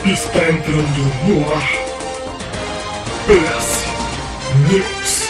Está entrando no ar. PS News.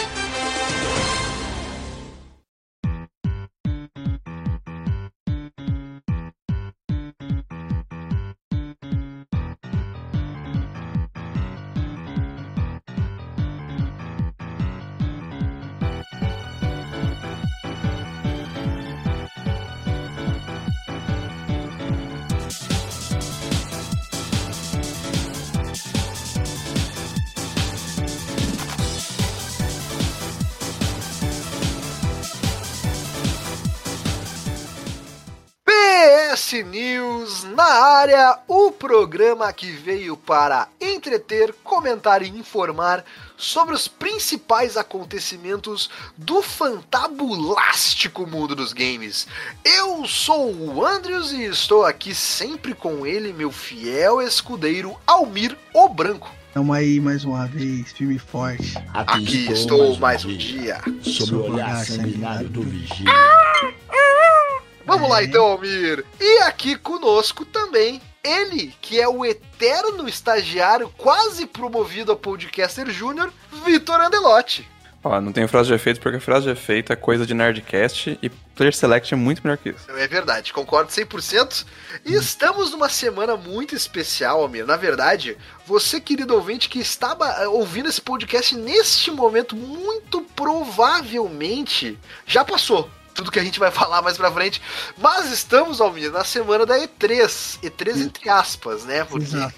PS News na área, o programa que veio para entreter, comentar e informar sobre os principais acontecimentos do fantabulástico mundo dos games. Eu sou o Andrews e estou aqui sempre com ele, meu fiel escudeiro Almir o Branco. Tamo aí mais uma vez, firme e forte. Aqui estou mais um dia. Sob o olhar sanguinário do vigia. Vamos lá então, Almir. E aqui conosco também, ele, que é o eterno estagiário quase promovido a podcaster júnior, Vitor Andelotti. Ó, não tenho frase de efeito porque frase de efeito é coisa de Nerdcast e Player Select é muito melhor que isso. É verdade, concordo 100%. E estamos numa semana muito especial, Almir. Na verdade, você, querido ouvinte, que estava ouvindo esse podcast neste momento, muito provavelmente já passou tudo que a gente vai falar mais pra frente. Mas estamos, Almir, na semana da E3. E3 entre aspas, né? Porque Exato.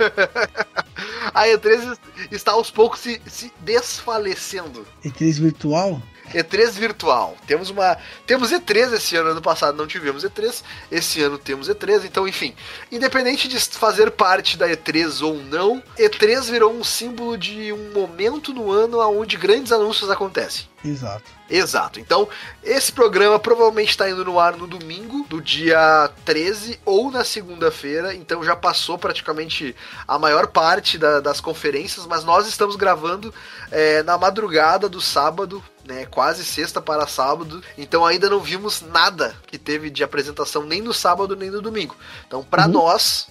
a E3 está aos poucos se desfalecendo. E3 virtual? E3 virtual. Temos E3 esse ano passado não tivemos E3, esse ano temos E3, então enfim, independente de fazer parte da E3 ou não, E3 virou um símbolo de um momento no ano onde grandes anúncios acontecem. Exato. Então, esse programa provavelmente está indo no ar no domingo, do dia 13 ou na segunda-feira, então já passou praticamente a maior parte das conferências, mas nós estamos gravando na madrugada do sábado, né, quase sexta para sábado, então ainda não vimos nada que teve de apresentação nem no sábado nem no domingo. Então, para nós,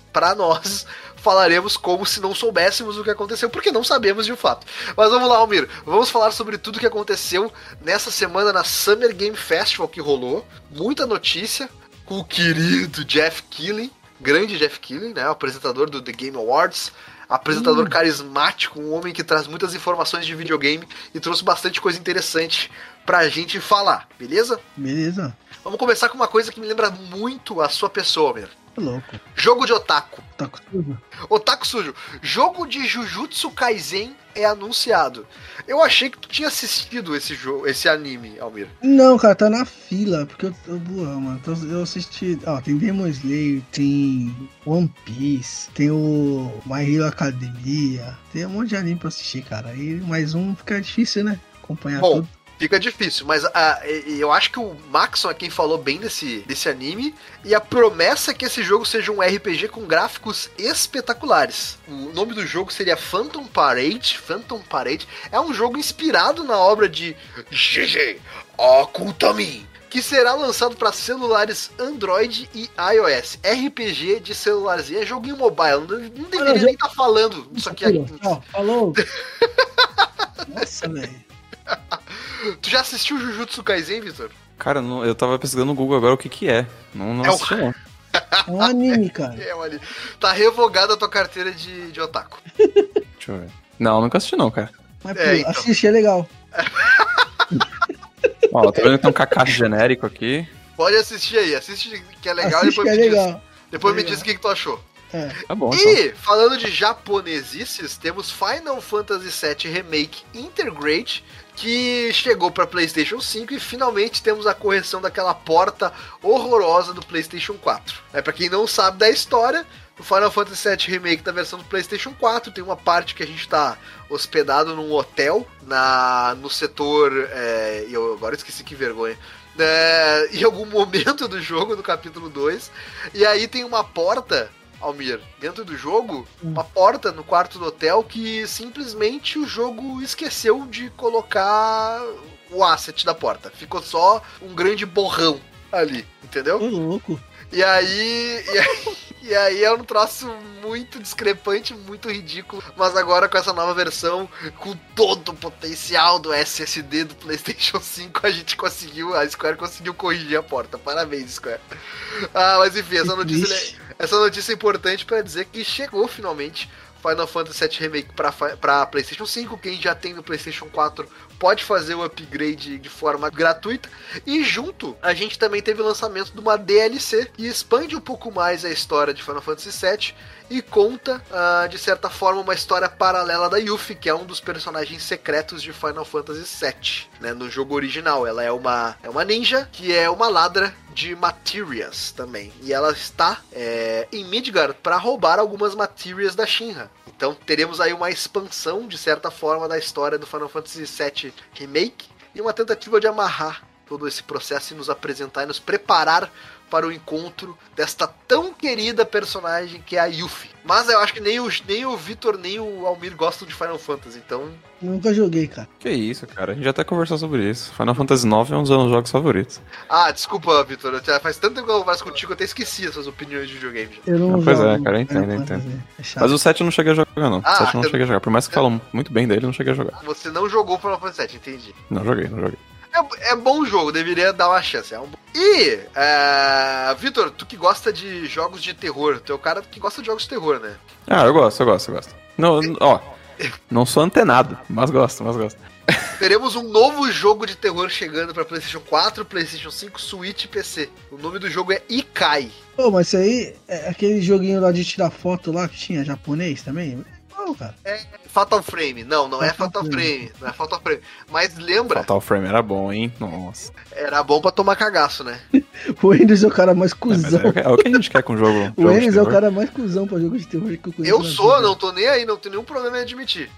falaremos como se não soubéssemos o que aconteceu, porque não sabemos de fato. Mas vamos lá, Almir, vamos falar sobre tudo o que aconteceu nessa semana na Summer Game Festival que rolou. Muita notícia com o querido Jeff Keighley, grande Jeff Keighley, né, o apresentador do The Game Awards, apresentador carismático, um homem que traz muitas informações de videogame e trouxe bastante coisa interessante pra gente falar, beleza? Beleza. Vamos começar com uma coisa que me lembra muito a sua pessoa, Almir. Louco. Jogo de otaku. Otaku sujo? Otaku sujo. Jogo de Jujutsu Kaisen é anunciado. Eu achei que tu tinha assistido esse anime, Almir. Não, cara, tá na fila, porque eu tô burrão, mano. Então, eu assisti, tem Demon Slayer, tem One Piece, tem o My Hero Academia, tem um monte de anime pra assistir, cara. E mais um fica difícil, né? Acompanhar tudo. Fica difícil, mas eu acho que o Maxon é quem falou bem desse anime, e a promessa é que esse jogo seja um RPG com gráficos espetaculares. O nome do jogo seria Phantom Parade. Phantom Parade é um jogo inspirado na obra de G.G. Akutami, que será lançado para celulares Android e iOS. RPG de celularzinho, é joguinho mobile, não deveria nem estar falando isso aqui. Falou. Nossa, velho. Tu já assistiu Jujutsu Kaisen, Vitor? Cara, eu tava pesquisando no Google agora o que é. Não assisti, não. É um anime, cara. É um anime. Tá revogada a tua carteira de otaku. Deixa eu ver. Não, nunca assisti não, cara. Mas, então. assistir é legal. Ó, tô vendo que tem um Kakashi genérico aqui. Pode assistir aí, assiste que é legal. Assiste Depois que me é legal. Depois me diz o que tu achou. Tá bom, E, falando de japonesices, temos Final Fantasy VII Remake Intergrade, que chegou para PlayStation 5 e finalmente temos a correção daquela porta horrorosa do PlayStation 4. Para quem não sabe da história, o Final Fantasy VII Remake da versão do PlayStation 4 tem uma parte que a gente está hospedado num hotel no setor... eu agora esqueci, que vergonha. Em algum momento do jogo, no capítulo 2, e aí tem uma porta, Almir, dentro do jogo, uma porta no quarto do hotel que simplesmente o jogo esqueceu de colocar o asset da porta. Ficou só um grande borrão. ali, entendeu? Ô, louco. E aí é um troço muito discrepante, muito ridículo, mas agora com essa nova versão, com todo o potencial do SSD do PlayStation 5, a Square conseguiu corrigir a porta. Parabéns, Square. Mas enfim, essa notícia é importante para dizer que chegou finalmente Final Fantasy VII Remake para PlayStation 5. Quem já tem no PlayStation 4 pode fazer o upgrade de forma gratuita. E junto, a gente também teve o lançamento de uma DLC que expande um pouco mais a história de Final Fantasy VII e conta, de certa forma, uma história paralela da Yuffie, que é um dos personagens secretos de Final Fantasy VII, né? No jogo original, ela é uma ninja que é uma ladra de Materias também. E ela está em Midgard para roubar algumas Materias da Shinra. Então teremos aí uma expansão, de certa forma, da história do Final Fantasy VII Remake e uma tentativa de amarrar todo esse processo e nos apresentar e nos preparar para o encontro desta tão querida personagem que é a Yuffie. Mas eu acho que nem o Vitor nem o Almir gostam de Final Fantasy, então... Nunca joguei, cara. Que isso, cara. A gente já até conversou sobre isso. Final Fantasy IX é um dos meus jogos favoritos. Desculpa, Vitor. Faz tanto tempo que eu converso contigo que eu até esqueci as suas opiniões de videogame. Eu não Pois jogo, é, cara, eu entendo. Mas o 7 eu não cheguei a jogar, não. O 7 eu não cheguei a jogar. Por mais que falam muito bem dele, eu não cheguei a jogar. Você não jogou Final Fantasy VII, entendi. Não joguei. É bom jogo, deveria dar uma chance. E, Vitor, tu que gosta de jogos de terror, tu é o cara que gosta de jogos de terror, né? Eu gosto. Não sou antenado, mas gosto. Teremos um novo jogo de terror chegando pra PlayStation 4, PlayStation 5, Switch e PC. O nome do jogo é Ikai. Pô, mas isso aí é aquele joguinho lá de tirar foto lá que tinha japonês também? Não, cara. É Fatal Frame. Não é Fatal Frame. Não é Fatal Frame. Mas lembra... Fatal Frame era bom, hein? Nossa. Era bom pra tomar cagaço, né? O Enes é o cara mais cuzão. É o que a gente quer com o jogo. O Enes é o cara mais cuzão pra jogo de terror que eu conheço. Eu sou, não tô nem aí, não tenho nenhum problema em admitir.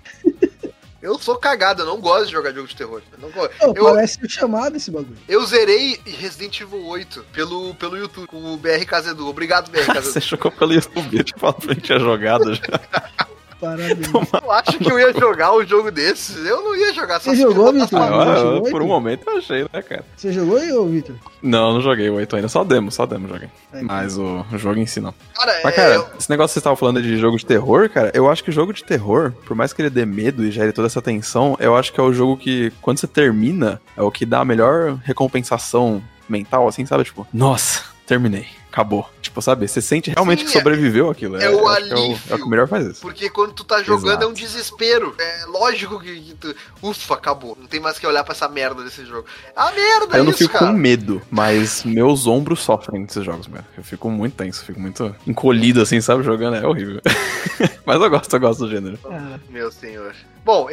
Eu sou cagado, eu não gosto de jogar jogo de terror. Parece o chamado esse bagulho. Eu zerei Resident Evil 8 pelo YouTube, com o BRKZedu. Obrigado, BRKZedu. Você chocou pelo YouTube, eu te falo pra gente tinha jogado já. Parabéns. Eu acho que eu ia jogar um jogo desses. Eu não ia jogar. Você jogou, Vitor? Por um momento eu achei, né, cara? Você jogou aí, Vitor? Não joguei o 8 ainda. Só demo joguei. Mas o jogo em si não. Mas, cara, esse negócio que vocês estavam falando de jogo de terror, cara, eu acho que o jogo de terror, por mais que ele dê medo e gere toda essa tensão, eu acho que é o jogo que, quando você termina, é o que dá a melhor recompensação mental, assim, sabe? Tipo, nossa, terminei. Acabou. Tipo, sabe? Você sente realmente que sobreviveu aquilo. É o alívio. É o que melhor faz isso. Porque quando tu tá jogando Exato. é um desespero. É lógico que tu... Ufa, acabou. Não tem mais que olhar pra essa merda desse jogo. merda, eu não isso, fico cara. com medo, mas meus ombros sofrem nesses jogos, mano. Eu fico muito tenso, fico muito encolhido, assim, sabe? Jogando é horrível. Mas eu gosto do gênero. Meu senhor. Bom,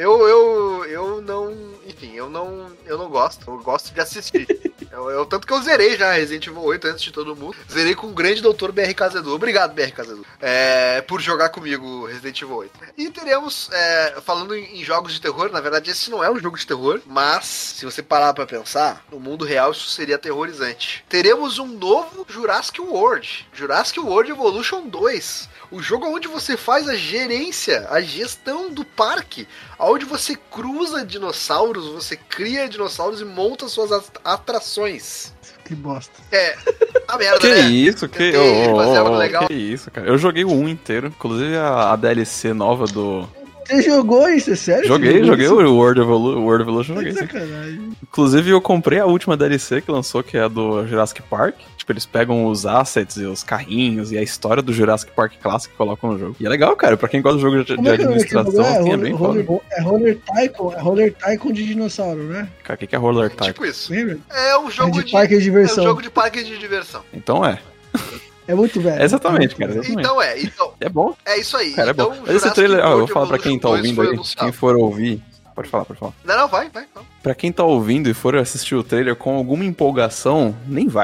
eu não... Enfim, eu não gosto. Eu gosto de assistir. Tanto que eu zerei já Resident Evil 8 antes de todo mundo. Zerei com o grande doutor BRKZedu. Obrigado, BRKZedu. Por jogar comigo Resident Evil 8. E teremos, falando em jogos de terror, na verdade esse não é um jogo de terror, mas se você parar pra pensar, no mundo real isso seria aterrorizante. Teremos um novo Jurassic World. Jurassic World Evolution 2. O jogo onde você faz a gerência, a gestão do parque, onde você cruza dinossauros, você cria dinossauros e monta suas atrações. Que bosta. A merda, Que né? isso, que legal. Que isso, cara. Eu joguei o 1 inteiro, inclusive a DLC nova do... Você jogou isso, é sério? Joguei o World Evolution, joguei sim. Sacanagem. Inclusive eu comprei a última DLC que lançou, que é a do Jurassic Park. Tipo, eles pegam os assets e os carrinhos e a história do Jurassic Park clássico e colocam no jogo. E é legal, cara, pra quem gosta do jogo de administração, assim, é bem foda. É Roller Tycoon de dinossauro, né? Cara, o que é Roller Tycoon? Tipo isso. Lembra? É um jogo de parque de diversão. É um jogo de parque de diversão. Então é. É muito velho. Exatamente, cara. Exatamente. Então, é bom. É isso aí. Cara, então, é bom. Mas esse trailer, eu vou falar pra quem tá ouvindo aí, anunciado. quem for ouvir. Pode falar. Não, vai. Pra quem tá ouvindo e for assistir o trailer com alguma empolgação, nem vai.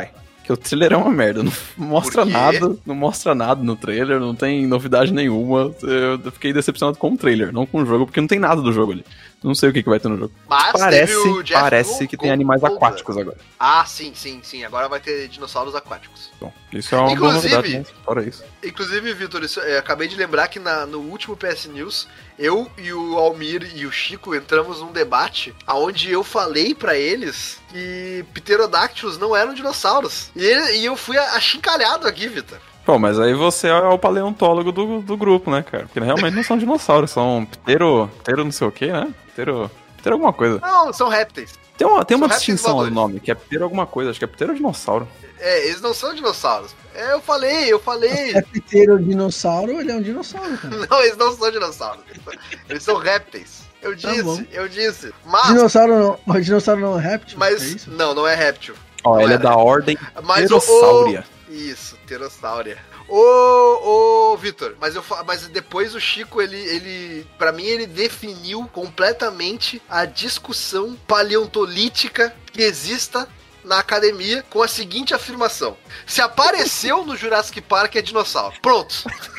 Que o trailer é uma merda, não mostra Por quê? nada, não mostra nada no trailer, não tem novidade nenhuma. Eu fiquei decepcionado com o trailer, não com o jogo, porque não tem nada do jogo ali. Não sei o que vai ter no jogo. Mas teve o Jeff Parece que tem animais aquáticos agora. Ah, sim. Agora vai ter dinossauros aquáticos. Bom, isso é uma boa novidade, né? Fora isso. Inclusive, Vitor, acabei de lembrar que no último PS News, eu e o Almir e o Chico entramos num debate onde eu falei pra eles que Pterodactylus não eram dinossauros. E eu fui achincalhado aqui, Vitor. Pô, mas aí você é o paleontólogo do grupo, né, cara? Porque realmente não são dinossauros, são ptero não sei o que, né? Ptero alguma coisa. Não, são répteis. Tem uma répteis distinção no voadores. nome, que é ptero alguma coisa, acho que é pterodinossauro. Eles não são dinossauros. Eu falei. É pteroddinossauro, ele é um dinossauro, cara. Não, eles não são dinossauros. Eles são répteis. bom. Eu disse. Mas, Dinossauro não é réptil? É isso? não é réptil. Ó, Não ele é era. da ordem Mas Pterossauria. Isso, pterossáurea. Ô, Vitor, mas depois o Chico, ele pra mim, ele definiu completamente a discussão paleontolítica que exista na academia com a seguinte afirmação: se apareceu no Jurassic Park é dinossauro. Pronto.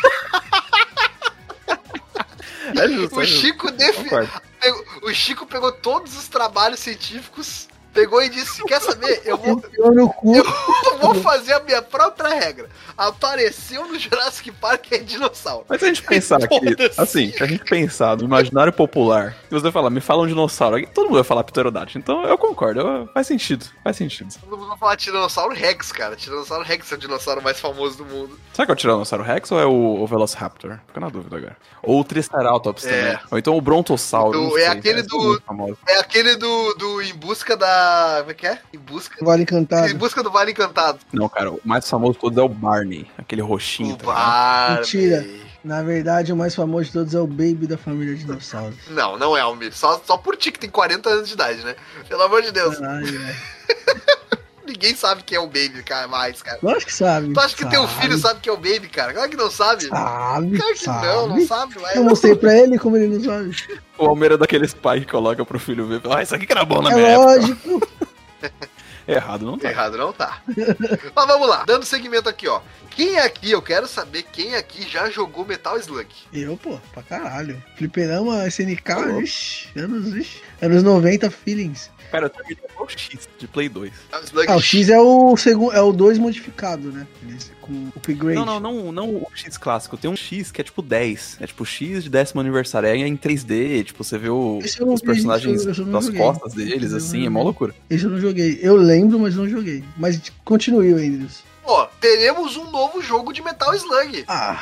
É justo, O é justo. Chico o Chico pegou todos os trabalhos científicos, pegou e disse: quer saber? Eu vou Enfiou no cu. vou fazer a minha própria regra. Apareceu no Jurassic Park é dinossauro. Mas se a gente pensar aqui, Foda-se. assim, se a gente pensar no imaginário popular, se você falar, me fala um dinossauro, todo mundo vai falar pterodáctilo. Então eu concordo, faz sentido. Todo mundo vai falar Tiranossauro Rex, cara. Tiranossauro Rex é o dinossauro mais famoso do mundo. Será que é o Tiranossauro Rex ou é o Velociraptor? Fico na dúvida agora. Ou o Triceratops também. Ou então o Brontossauro. não sei, aquele esse é muito famoso. É aquele do Em Busca da... Como é que é? Vale Encantado. Em Busca do Vale Encantado. Não, cara, o mais famoso de todos é o Barney, aquele roxinho. O tá ligado? Barbie. Mentira. Na verdade, o mais famoso de todos é o Baby da família Dinossauros. Não é, Almir. Só por ti que tem 40 anos de idade, né? Pelo amor de Deus. Caralho, velho. Ninguém sabe quem é o Baby, cara, mais, cara. Lógico que sabe. Tu acha que teu filho sabe quem é o Baby, cara? Claro que não sabe. Sabe, Claro que sabe. não sabe. Mas... Eu mostrei pra ele como ele não sabe. O Almeida é daqueles pais que coloca pro filho ver. Isso aqui que era bom na É minha época. lógico. Errado não tá. Errado não tá. Mas vamos lá, dando segmento aqui, ó. Eu quero saber quem aqui já jogou Metal Slug. Eu, pô, pra caralho. Fliperama, SNK, anos 90 feelings. Cara, eu terminei o X de Play 2. Metal Slug O X é o segundo, é o 2 modificado, né? Com upgrade. Não o X clássico. Tem um X que é tipo 10. É tipo X de 10º aniversário. É em 3D. Tipo, você vê Esse eu não os vi, personagens esse eu não das joguei. costas deles, Esse eu assim. não É mó vi. loucura. Esse eu não joguei. Eu lembro, mas não joguei. Mas continue, Andrews. Ó, teremos um novo jogo de Metal Slug. Ah.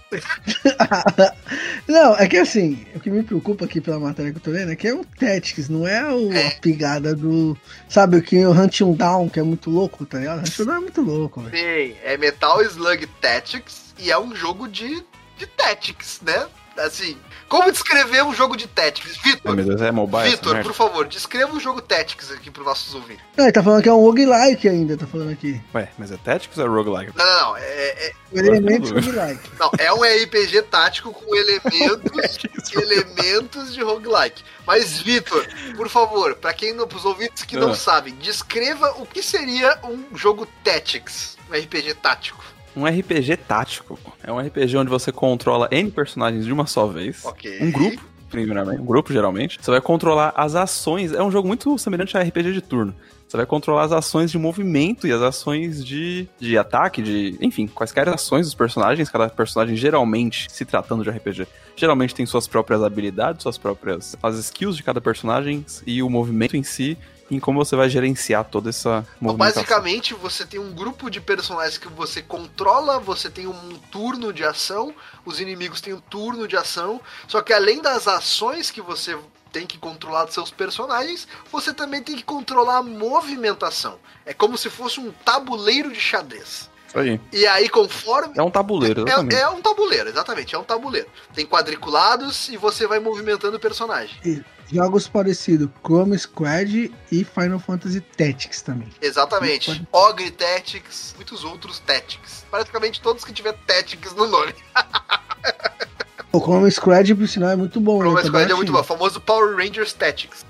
Não, é que assim, o que me preocupa aqui pela matéria que eu tô lendo é que é o Tactics, não é a pegada do. Sabe o que o Hunting Down, que é muito louco, tá ligado? Hunting Down é muito louco, velho. Sim, é Metal Slug Tactics e é um jogo de Tactics, né? Assim, como descrever um jogo de Tactics? Vitor, Meu Deus, é mobile. essa Vitor, merda? por favor, descreva um jogo Tactics aqui pros nossos ouvintes. Não, ele tá falando que é um roguelike ainda, tá falando aqui. Ué, mas é Tactics ou é Roguelike? Não, O elemento dúvida. roguelike. não, é um RPG tático com elementos de roguelike. Mas, Vitor, por favor, pros ouvintes que não sabem, descreva o que seria um jogo Tactics, um RPG tático. Um RPG tático. É um RPG onde você controla N personagens de uma só vez. Ok. Um grupo, primeiramente. Um grupo, geralmente. Você vai controlar as ações. É um jogo muito semelhante a RPG de turno. Você vai controlar as ações de movimento e as ações de ataque, enfim, quaisquer ações dos personagens. Cada personagem, geralmente, se tratando de RPG, geralmente tem suas próprias habilidades, as skills de cada personagem e o movimento em si, em como você vai gerenciar toda essa Então, movimentação. basicamente, você tem um grupo de personagens que você controla, você tem um turno de ação, os inimigos têm um turno de ação, só que além das ações que você tem que controlar dos seus personagens, você também tem que controlar a movimentação. É como se fosse um tabuleiro de xadrez. Isso aí. E aí, conforme... É um tabuleiro, exatamente. É um tabuleiro, exatamente, é um tabuleiro. Tem quadriculados e você vai movimentando o personagem. E jogos parecidos, Chrome Squad e Final Fantasy Tactics também. Exatamente. Ogre Tactics, muitos outros Tactics. Praticamente todos que tiver Tactics no nome. O Chrome Squad, por sinal, é muito bom. O Chrome né? Squad é Também muito achei. bom, famoso Power Rangers Tactics.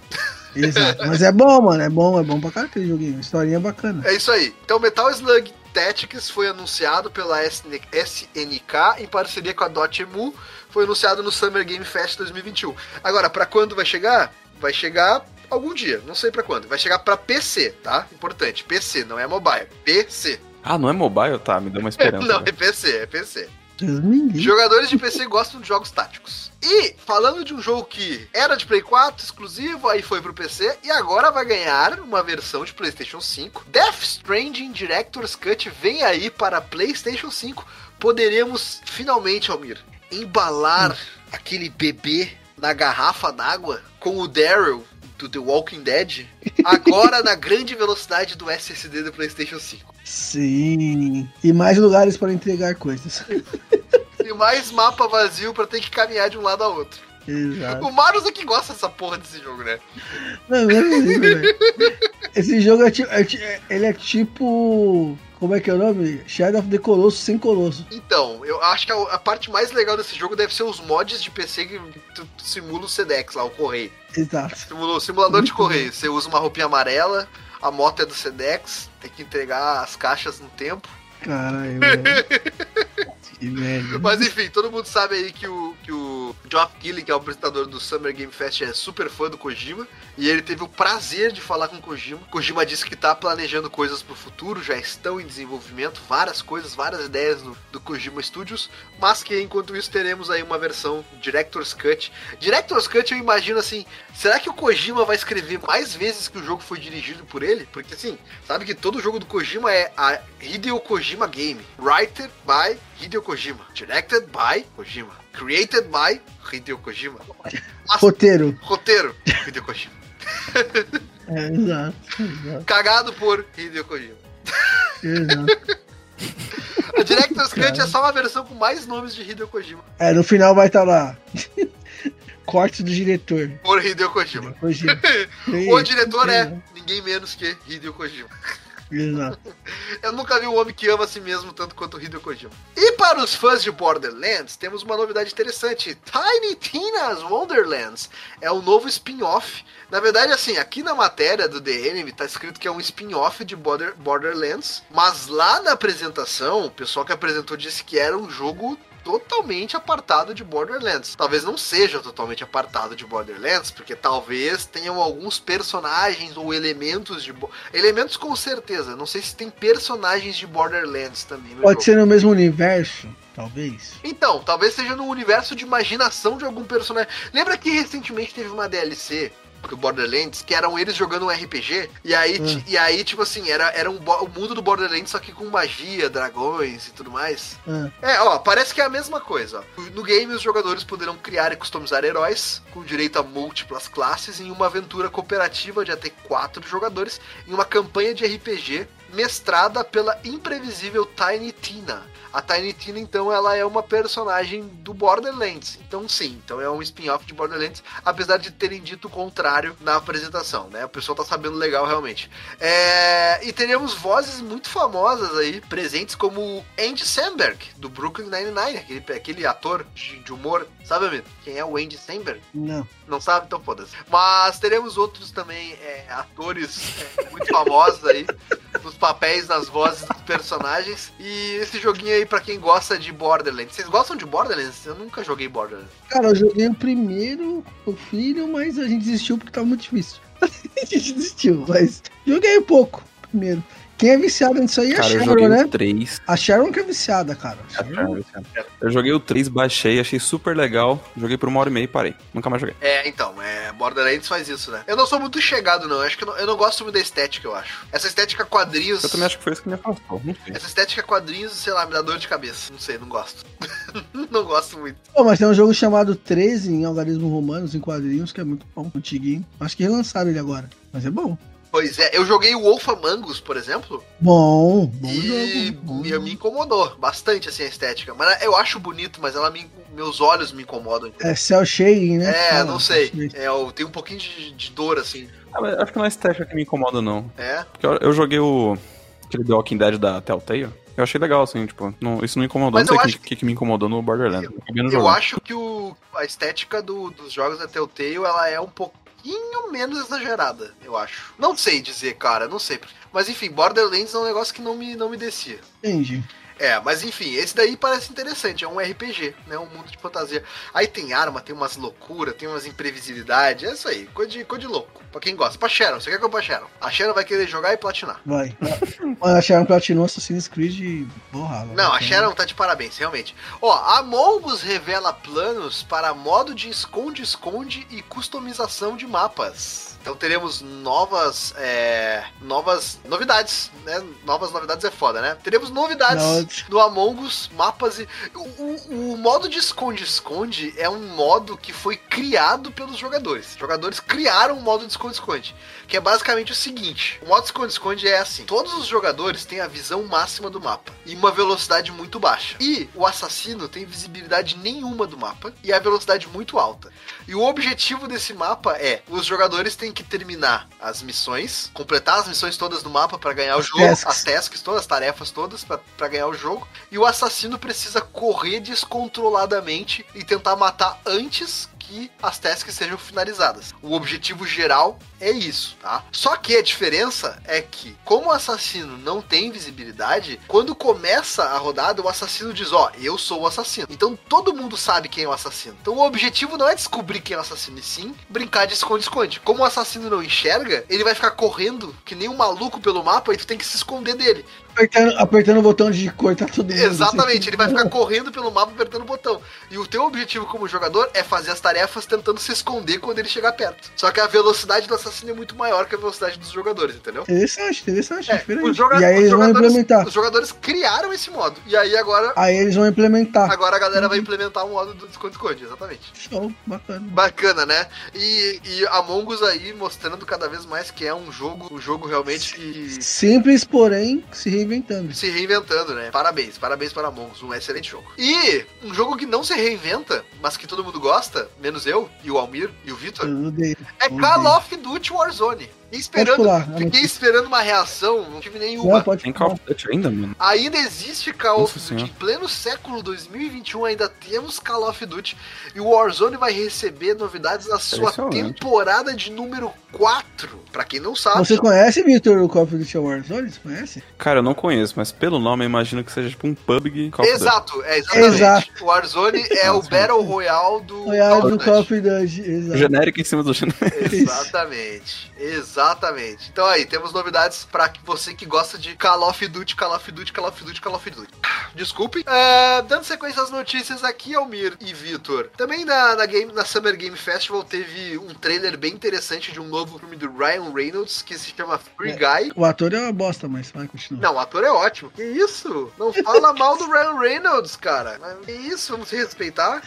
Exato. Mas é bom, mano. É bom pra caralho aquele joguinho. Historinha bacana. É isso aí. Então, Metal Slug Tactics foi anunciado pela SNK em parceria com a Dotemu. Foi anunciado no Summer Game Fest 2021. Agora, pra quando vai chegar? Vai chegar algum dia. Não sei pra quando. Vai chegar pra PC, tá? Importante. PC, não é mobile. PC. Ah, não é mobile? Tá, me deu uma esperança. Não, né? é PC, é PC. Deus me livre. Jogadores de PC gostam de jogos táticos. E, falando de um jogo que era de Play 4, exclusivo, aí foi pro PC, e agora vai ganhar uma versão de PlayStation 5. Death Stranding Director's Cut vem aí para PlayStation 5. Poderemos, finalmente, Almir, embalar aquele bebê na garrafa d'água com o Daryl do The Walking Dead, agora na grande velocidade do SSD do PlayStation 5. Sim. E mais lugares para entregar coisas. E mais mapa vazio pra ter que caminhar de um lado ao outro. Exato. O Marius é que gosta dessa porra desse jogo, né? Não é possível, velho. Esse jogo ele é tipo... Como é que é o nome? Shadow of the Colossus sem Colosso. Então, eu acho que a parte mais legal desse jogo deve ser os mods de PC que tu simula o Sedex lá, o correio. Exato. O simulador de correio. Você usa uma roupinha amarela, a moto é do Sedex, tem que entregar as caixas no tempo. Caralho, velho. Que merda. Mas enfim, todo mundo sabe aí que o Geoff Keighley, que é o apresentador do Summer Game Fest, é super fã do Kojima. E ele teve o prazer de falar com o Kojima. Kojima disse que tá planejando coisas pro futuro, já estão em desenvolvimento, várias coisas, várias ideias do Kojima Studios. Mas que enquanto isso teremos aí uma versão Director's Cut. Director's Cut eu imagino assim, será que o Kojima vai escrever mais vezes que o jogo foi dirigido por ele? Porque assim, sabe que todo jogo do Kojima é a Hideo Kojima Game. Writer by Hideo Kojima. Directed by Kojima. Created by Hideo Kojima. Roteiro. Roteiro, Hideo Kojima. Exato. Cagado por Hideo Kojima. Exato. A Director's Cut é só uma versão com mais nomes de Hideo Kojima. É, no final vai estar lá. Corte do diretor. Por Hideo Kojima. Kojima. O diretor é ninguém menos que Hideo Kojima. Exato. Eu nunca vi um homem que ama a si mesmo tanto quanto o Hideo Kojima. E para os fãs de Borderlands, temos uma novidade interessante. Tiny Tina's Wonderlands é um novo spin-off. Na verdade, assim, aqui na matéria do The Enemy tá escrito que é um spin-off de Borderlands, mas lá na apresentação, o pessoal que apresentou disse que era um jogo totalmente apartado de Borderlands. Talvez não seja totalmente apartado de Borderlands, porque talvez tenham alguns personagens ou elementos de... Elementos com certeza. Não sei se tem personagens de Borderlands também no Pode jogo. ser no mesmo universo, talvez. Então, talvez seja no universo de imaginação de algum personagem. Lembra que recentemente teve uma DLC do Borderlands, que eram eles jogando um RPG, e aí tipo assim, era o mundo do Borderlands, só que com magia, dragões e tudo mais. Parece que é a mesma coisa, ó. No game, os jogadores poderão criar e customizar heróis, com direito a múltiplas classes, em uma aventura cooperativa de até 4 jogadores, em uma campanha de RPG mestrada pela imprevisível Tiny Tina. A Tiny Tina, então, ela é uma personagem do Borderlands. Então, sim, então é um spin-off de Borderlands, apesar de terem dito o contrário na apresentação, né? O pessoal tá sabendo legal, realmente. E teremos vozes muito famosas aí, presentes, como o Andy Samberg, do Brooklyn Nine-Nine, aquele ator de humor. Sabe, amigo? Quem é o Andy Samberg? Não. Não sabe? Então foda-se. Mas teremos outros também, atores muito famosos aí, nos papéis, nas vozes dos personagens. E esse joguinho aí, pra quem gosta de Borderlands. Vocês gostam de Borderlands? Eu nunca joguei Borderlands. Cara, eu joguei o primeiro, o filho, mas a gente desistiu porque tava muito difícil. A gente desistiu, mas joguei um pouco primeiro. Quem é viciado nisso aí é a Cara, eu Sharon, joguei né? o 3. A Sharon que é viciada, cara. Eu joguei o 3, baixei, achei super legal. Joguei por 1h30 e parei. Nunca mais joguei. Borderlands faz isso, né? Eu não sou muito chegado, não. Acho que eu não gosto muito da estética, eu acho. Essa estética quadrinhos... Eu também acho que foi isso que me afastou. Não sei. Essa estética quadrinhos, sei lá, me dá dor de cabeça. Não sei, não gosto. Não gosto muito. Pô, mas tem um jogo chamado 13 em algarismos romanos, em quadrinhos, que é muito bom, antiguinho. Acho que relançaram ele agora, mas é bom. Pois é, eu joguei o Wolf Among Us, por exemplo. Bom E jogo. me incomodou bastante, assim, a estética. Mas eu acho bonito, mas meus olhos me incomodam. Entendeu? É cel shading, né? Não sei. Eu tenho um pouquinho de dor, assim. Mas acho que não é a estética que me incomoda, não. É? Porque eu joguei aquele The Walking Dead da Telltale. Eu achei legal, assim, tipo, isso não incomodou. Mas não eu sei acho o que me incomodou no Borderlands. Eu acho que a estética dos jogos da Telltale, ela é um pouco pouquinho menos exagerada, eu acho. Não sei dizer, cara, não sei. Mas enfim, Borderlands é um negócio que não me descia. Entendi. Mas enfim, esse daí parece interessante, é um RPG, né, um mundo de fantasia. Aí tem arma, tem umas loucuras, tem umas imprevisibilidades, é isso aí, coisa de louco, pra quem gosta. Pra Sharon, você quer que eu pra Sharon? A Sharon vai querer jogar e platinar. Vai. Mano, a Sharon platinou Assassin's Creed borrava. Não, a Sharon tá de parabéns, realmente. A Among Us revela planos para modo de esconde-esconde e customização de mapas. Então teremos novas novidades, né? Novas novidades é foda, né? Teremos novidades no Among Us, mapas e... O modo de esconde-esconde é um modo que foi criado pelos jogadores. Os jogadores criaram o modo de esconde-esconde, que é basicamente o seguinte. O modo de esconde-esconde é assim. Todos os jogadores têm a visão máxima do mapa e uma velocidade muito baixa. E o assassino tem visibilidade nenhuma do mapa e a velocidade muito alta. E o objetivo desse mapa é... Os jogadores têm que terminar as missões, completar as missões todas do mapa pra ganhar o jogo, as tasks todas, as tarefas todas pra ganhar o jogo, e o assassino precisa correr descontroladamente e tentar matar antes que as tasks sejam finalizadas. O objetivo geral é isso, tá? Só que a diferença é que, como o assassino não tem visibilidade, quando começa a rodada, o assassino diz, eu sou o assassino. Então todo mundo sabe quem é o assassino. Então o objetivo não é descobrir quem é o assassino, e sim brincar de esconde-esconde. Como o assassino não enxerga, ele vai ficar correndo que nem um maluco pelo mapa e tu tem que se esconder dele. Apertando o botão de cortar todo mundo. Exatamente, ele vai ficar correndo pelo mapa apertando o botão. E o teu objetivo como jogador é fazer as tarefas tentando se esconder quando ele chegar perto. Só que a velocidade do assassino é muito maior que a velocidade dos jogadores, entendeu? Interessante, diferente. E aí eles vão implementar. Os jogadores criaram esse modo. E aí agora... Aí eles vão implementar. Agora a galera vai implementar o modo do esconde-esconde, exatamente. Show, bacana. Bacana, né? E Among Us aí mostrando cada vez mais que é um jogo realmente que... Simples, porém, se reinventando, né? Parabéns para Among Us, um excelente jogo. E um jogo que não se reinventa, mas que todo mundo gosta, menos eu, e o Almir, e o Vitor, Call of Duty Warzone. Fiquei esperando uma reação, não tive nenhuma. Tem Call of Duty ainda, mano? Ainda existe Call of Duty. Em pleno século 2021 ainda temos Call of Duty. E o Warzone vai receber novidades na sua temporada de número 4. Pra quem não sabe. Você conhece, Victor, o Call of Duty Warzone? Você conhece? Cara, eu não conheço, mas pelo nome eu imagino que seja tipo um PUBG Call of Duty. Exato, exatamente. O Warzone é o Battle Royale do Call of Duty. Exato. Genérico em cima do genérico. Exatamente. Então aí, temos novidades pra você que gosta de Call of Duty. Desculpe. Dando sequência às notícias aqui, Almir e Vitor. Também na Summer Game Festival teve um trailer bem interessante de um novo filme do Ryan Reynolds que se chama Free Guy. O ator é uma bosta, mas vai continuar. Não, o ator é ótimo. Que isso? Não fala mal do Ryan Reynolds, cara. Que isso? Vamos se respeitar?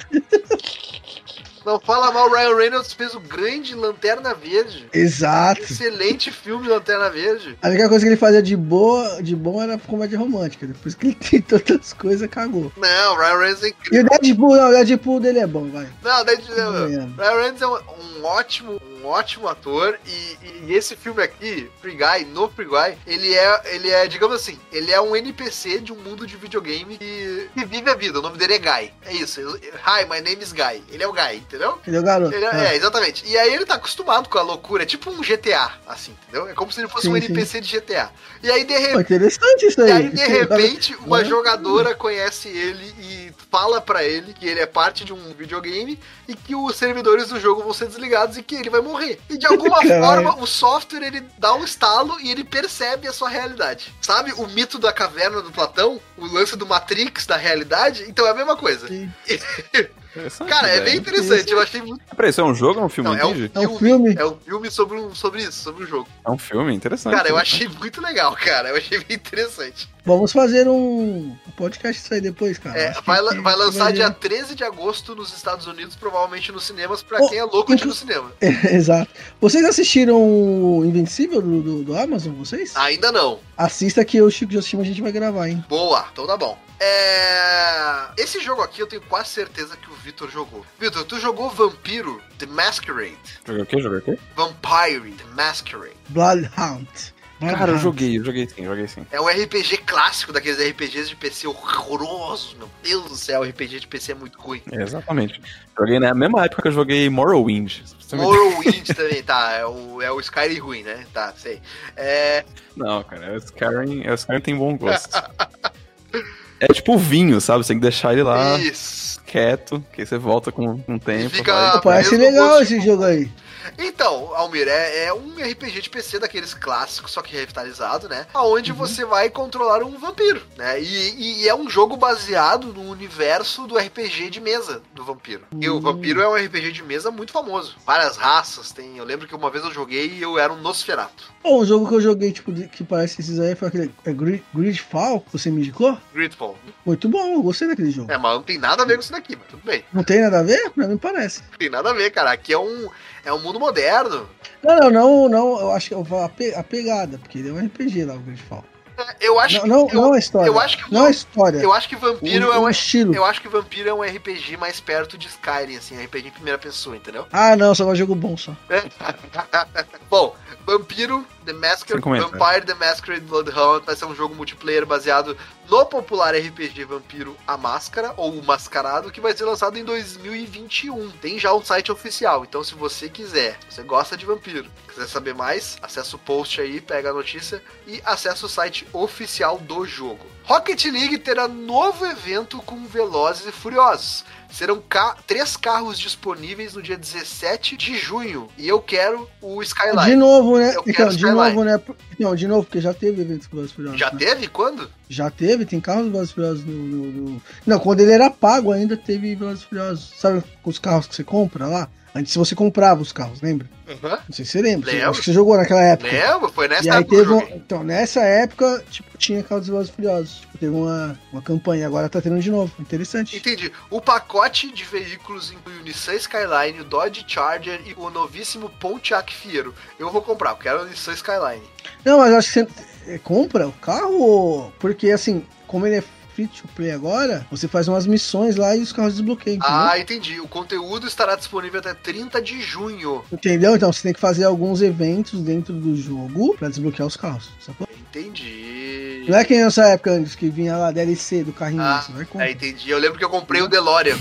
Não fala mal, o Ryan Reynolds fez o grande Lanterna Verde. Exato. Excelente filme Lanterna Verde. A única coisa que ele fazia de bom era comédia romântica. Depois que ele tentou outras coisas, cagou. Não, o Ryan Reynolds é incrível. E o Deadpool dele é bom, vai. Não, o Ryan Reynolds é um ótimo ator e esse filme aqui, Free Guy, ele é, digamos assim, ele é um NPC de um mundo de videogame que vive a vida. O nome dele é Guy. É isso. Hi, my name is Guy. Ele é o Guy, entendeu? Ele é o garoto. Exatamente. E aí ele tá acostumado com a loucura. É tipo um GTA, assim, entendeu? É como se ele fosse um NPC de GTA. E aí, de repente... Interessante isso aí. E aí, de repente, uma jogadora conhece ele e fala pra ele que ele é parte de um videogame e que os servidores do jogo vão ser desligados e que ele vai morrer. E de alguma forma, o software, ele dá um estalo e ele percebe a sua realidade. Sabe o mito da caverna do Platão? O lance do Matrix da realidade? Então é a mesma coisa. Cara, é bem interessante, eu achei muito... Peraí, isso é um jogo ou é um filme? Não, é um filme. É um filme sobre o jogo. É um filme, interessante. Cara, eu achei muito legal, cara. Eu achei bem interessante. Vamos fazer um podcast disso aí depois, cara. Vai lançar dia 13 de agosto nos Estados Unidos, provavelmente nos cinemas, pra quem é louco de ir no cinema. Exato. Vocês assistiram o Invencível do Amazon, vocês? Ainda não. Assista que eu e o Chico de Oshima a gente vai gravar, hein? Boa, então tá bom. Esse jogo aqui eu tenho quase certeza que o Vitor jogou. Vitor, tu jogou Vampiro The Masquerade? Jogou o quê? Vampire The Masquerade. Bloodhound. Cara, eu joguei sim. É um RPG clássico, daqueles RPGs de PC horrorosos. Meu Deus do céu, RPG de PC é muito ruim. Exatamente. Joguei na mesma época que eu joguei Morrowind. Morrowind também, tá. É o Skyrim ruim, né? Tá, sei. Não, cara, o Skyrim tem bom gosto. É tipo vinho, sabe? Você tem que deixar ele lá Isso. quieto, que aí você volta com um tempo. Fica- Parece mesmo legal gosto. esse jogo aí. Então, Almir, é um RPG de PC daqueles clássicos, só que revitalizado, né? Onde você vai controlar um vampiro, né? E é um jogo baseado no universo do RPG de mesa do vampiro. E o vampiro é um RPG de mesa muito famoso. Várias raças tem. Eu lembro que uma vez eu joguei e eu era um Nosferatu. Bom, um jogo que eu joguei, tipo, que parece esses aí, foi aquele Gridfall, que você me indicou? Gridfall. Muito bom, eu gostei daquele jogo. Mas não tem nada a ver com isso daqui, mas tudo bem. Não tem nada a ver? Pra mim parece. Não tem nada a ver, cara. Aqui é um mundo moderno. Não, eu acho que eu vou a pegada, porque ele é um RPG lá, o Gridfall. Eu acho Não é história. eu acho que não é história. Eu acho que Vampiro é um estilo. Eu acho que Vampiro é um RPG mais perto de Skyrim, assim, RPG em primeira pessoa, entendeu? Ah, não, só é um jogo bom só. Bom, Vampiro Sem comentário. Vampire the Masquerade Bloodhound vai ser um jogo multiplayer baseado no popular RPG Vampiro A Máscara, ou O Mascarado, que vai ser lançado em 2021. Tem já um site oficial, então se você quiser, você gosta de Vampiro, quiser saber mais, acessa o post aí, pega a notícia e acessa o site oficial do jogo. Rocket League terá novo evento com Velozes e Furiosos. Serão 3 carros disponíveis no dia 17 de junho. E eu quero o Skyline. De novo, né? Eu quero Então, de Skyline. novo, né? Não, de novo, porque já teve eventos com Velozes e Furiosos. Já né? teve? Quando? Já teve, tem carros Velozes e Furiosos no... Não, quando ele era pago ainda teve Velozes e Furiosos. Sabe os carros que você compra lá? Antes você comprava os carros, lembra? Uhum. Não sei se você lembra. Lembro. Acho que você jogou naquela época. Lembro, foi nessa E aí época que eu teve joguei. então, nessa época, tipo, tinha carros Velozes e Furiosos. Tipo, teve uma campanha, agora tá tendo de novo. Interessante. Entendi. O pacote de veículos inclui o Nissan Skyline, o Dodge Charger e o novíssimo Pontiac Fiero. Eu vou comprar, eu quero o Nissan Skyline. Não, mas eu acho que você compra o carro, porque assim, como ele é free to play agora, você faz umas missões lá e os carros desbloqueiam, entendeu? Ah, entendi. O conteúdo estará disponível até 30 de junho. Entendeu? Então você tem que fazer alguns eventos dentro do jogo pra desbloquear os carros, sacou? Entendi. Não é que nessa época antes que vinha lá DLC do carrinho, Ah, você vai comprar. entendi. Eu lembro que eu comprei o DeLorean.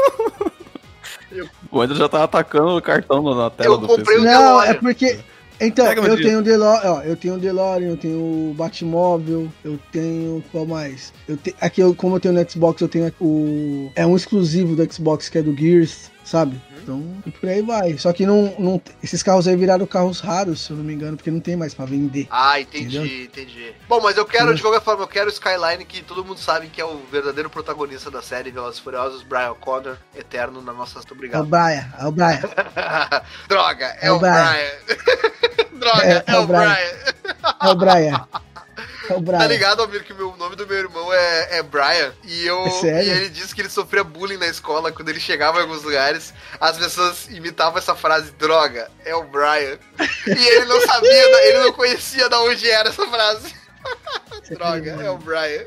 O André já tá atacando o cartão na tela Eu do comprei PC. o Não, DeLorean. é porque. Então, Pega, meu eu Deus. tenho o DeLorean, ó, eu tenho o DeLorean, eu tenho o Batmóvel, eu tenho. Qual mais? Aqui, como eu tenho no Xbox, eu tenho o. É um exclusivo do Xbox que é do Gears, sabe? Então, e por aí vai. Só que não. Esses carros aí viraram carros raros, se eu não me engano, porque não tem mais pra vender. Ah, entendi, Entendeu? entendi. Bom, mas eu quero, de qualquer forma, eu quero o Skyline, que todo mundo sabe que é o verdadeiro protagonista da série Velozes e Furiosos, Brian O'Connor, eterno na nossa... Muito É o obrigado. Brian, é o Brian. Droga, é É o o Brian. Droga, é o Brian. É o Brian. É o Brian. Tá ligado, Almir, que o nome do meu irmão é Brian, e É sério? e ele disse que ele sofria bullying na escola quando ele chegava em alguns lugares, as pessoas imitavam essa frase, droga, é o Brian. E ele não sabia, ele não conhecia de onde era essa frase. Droga, é o Brian.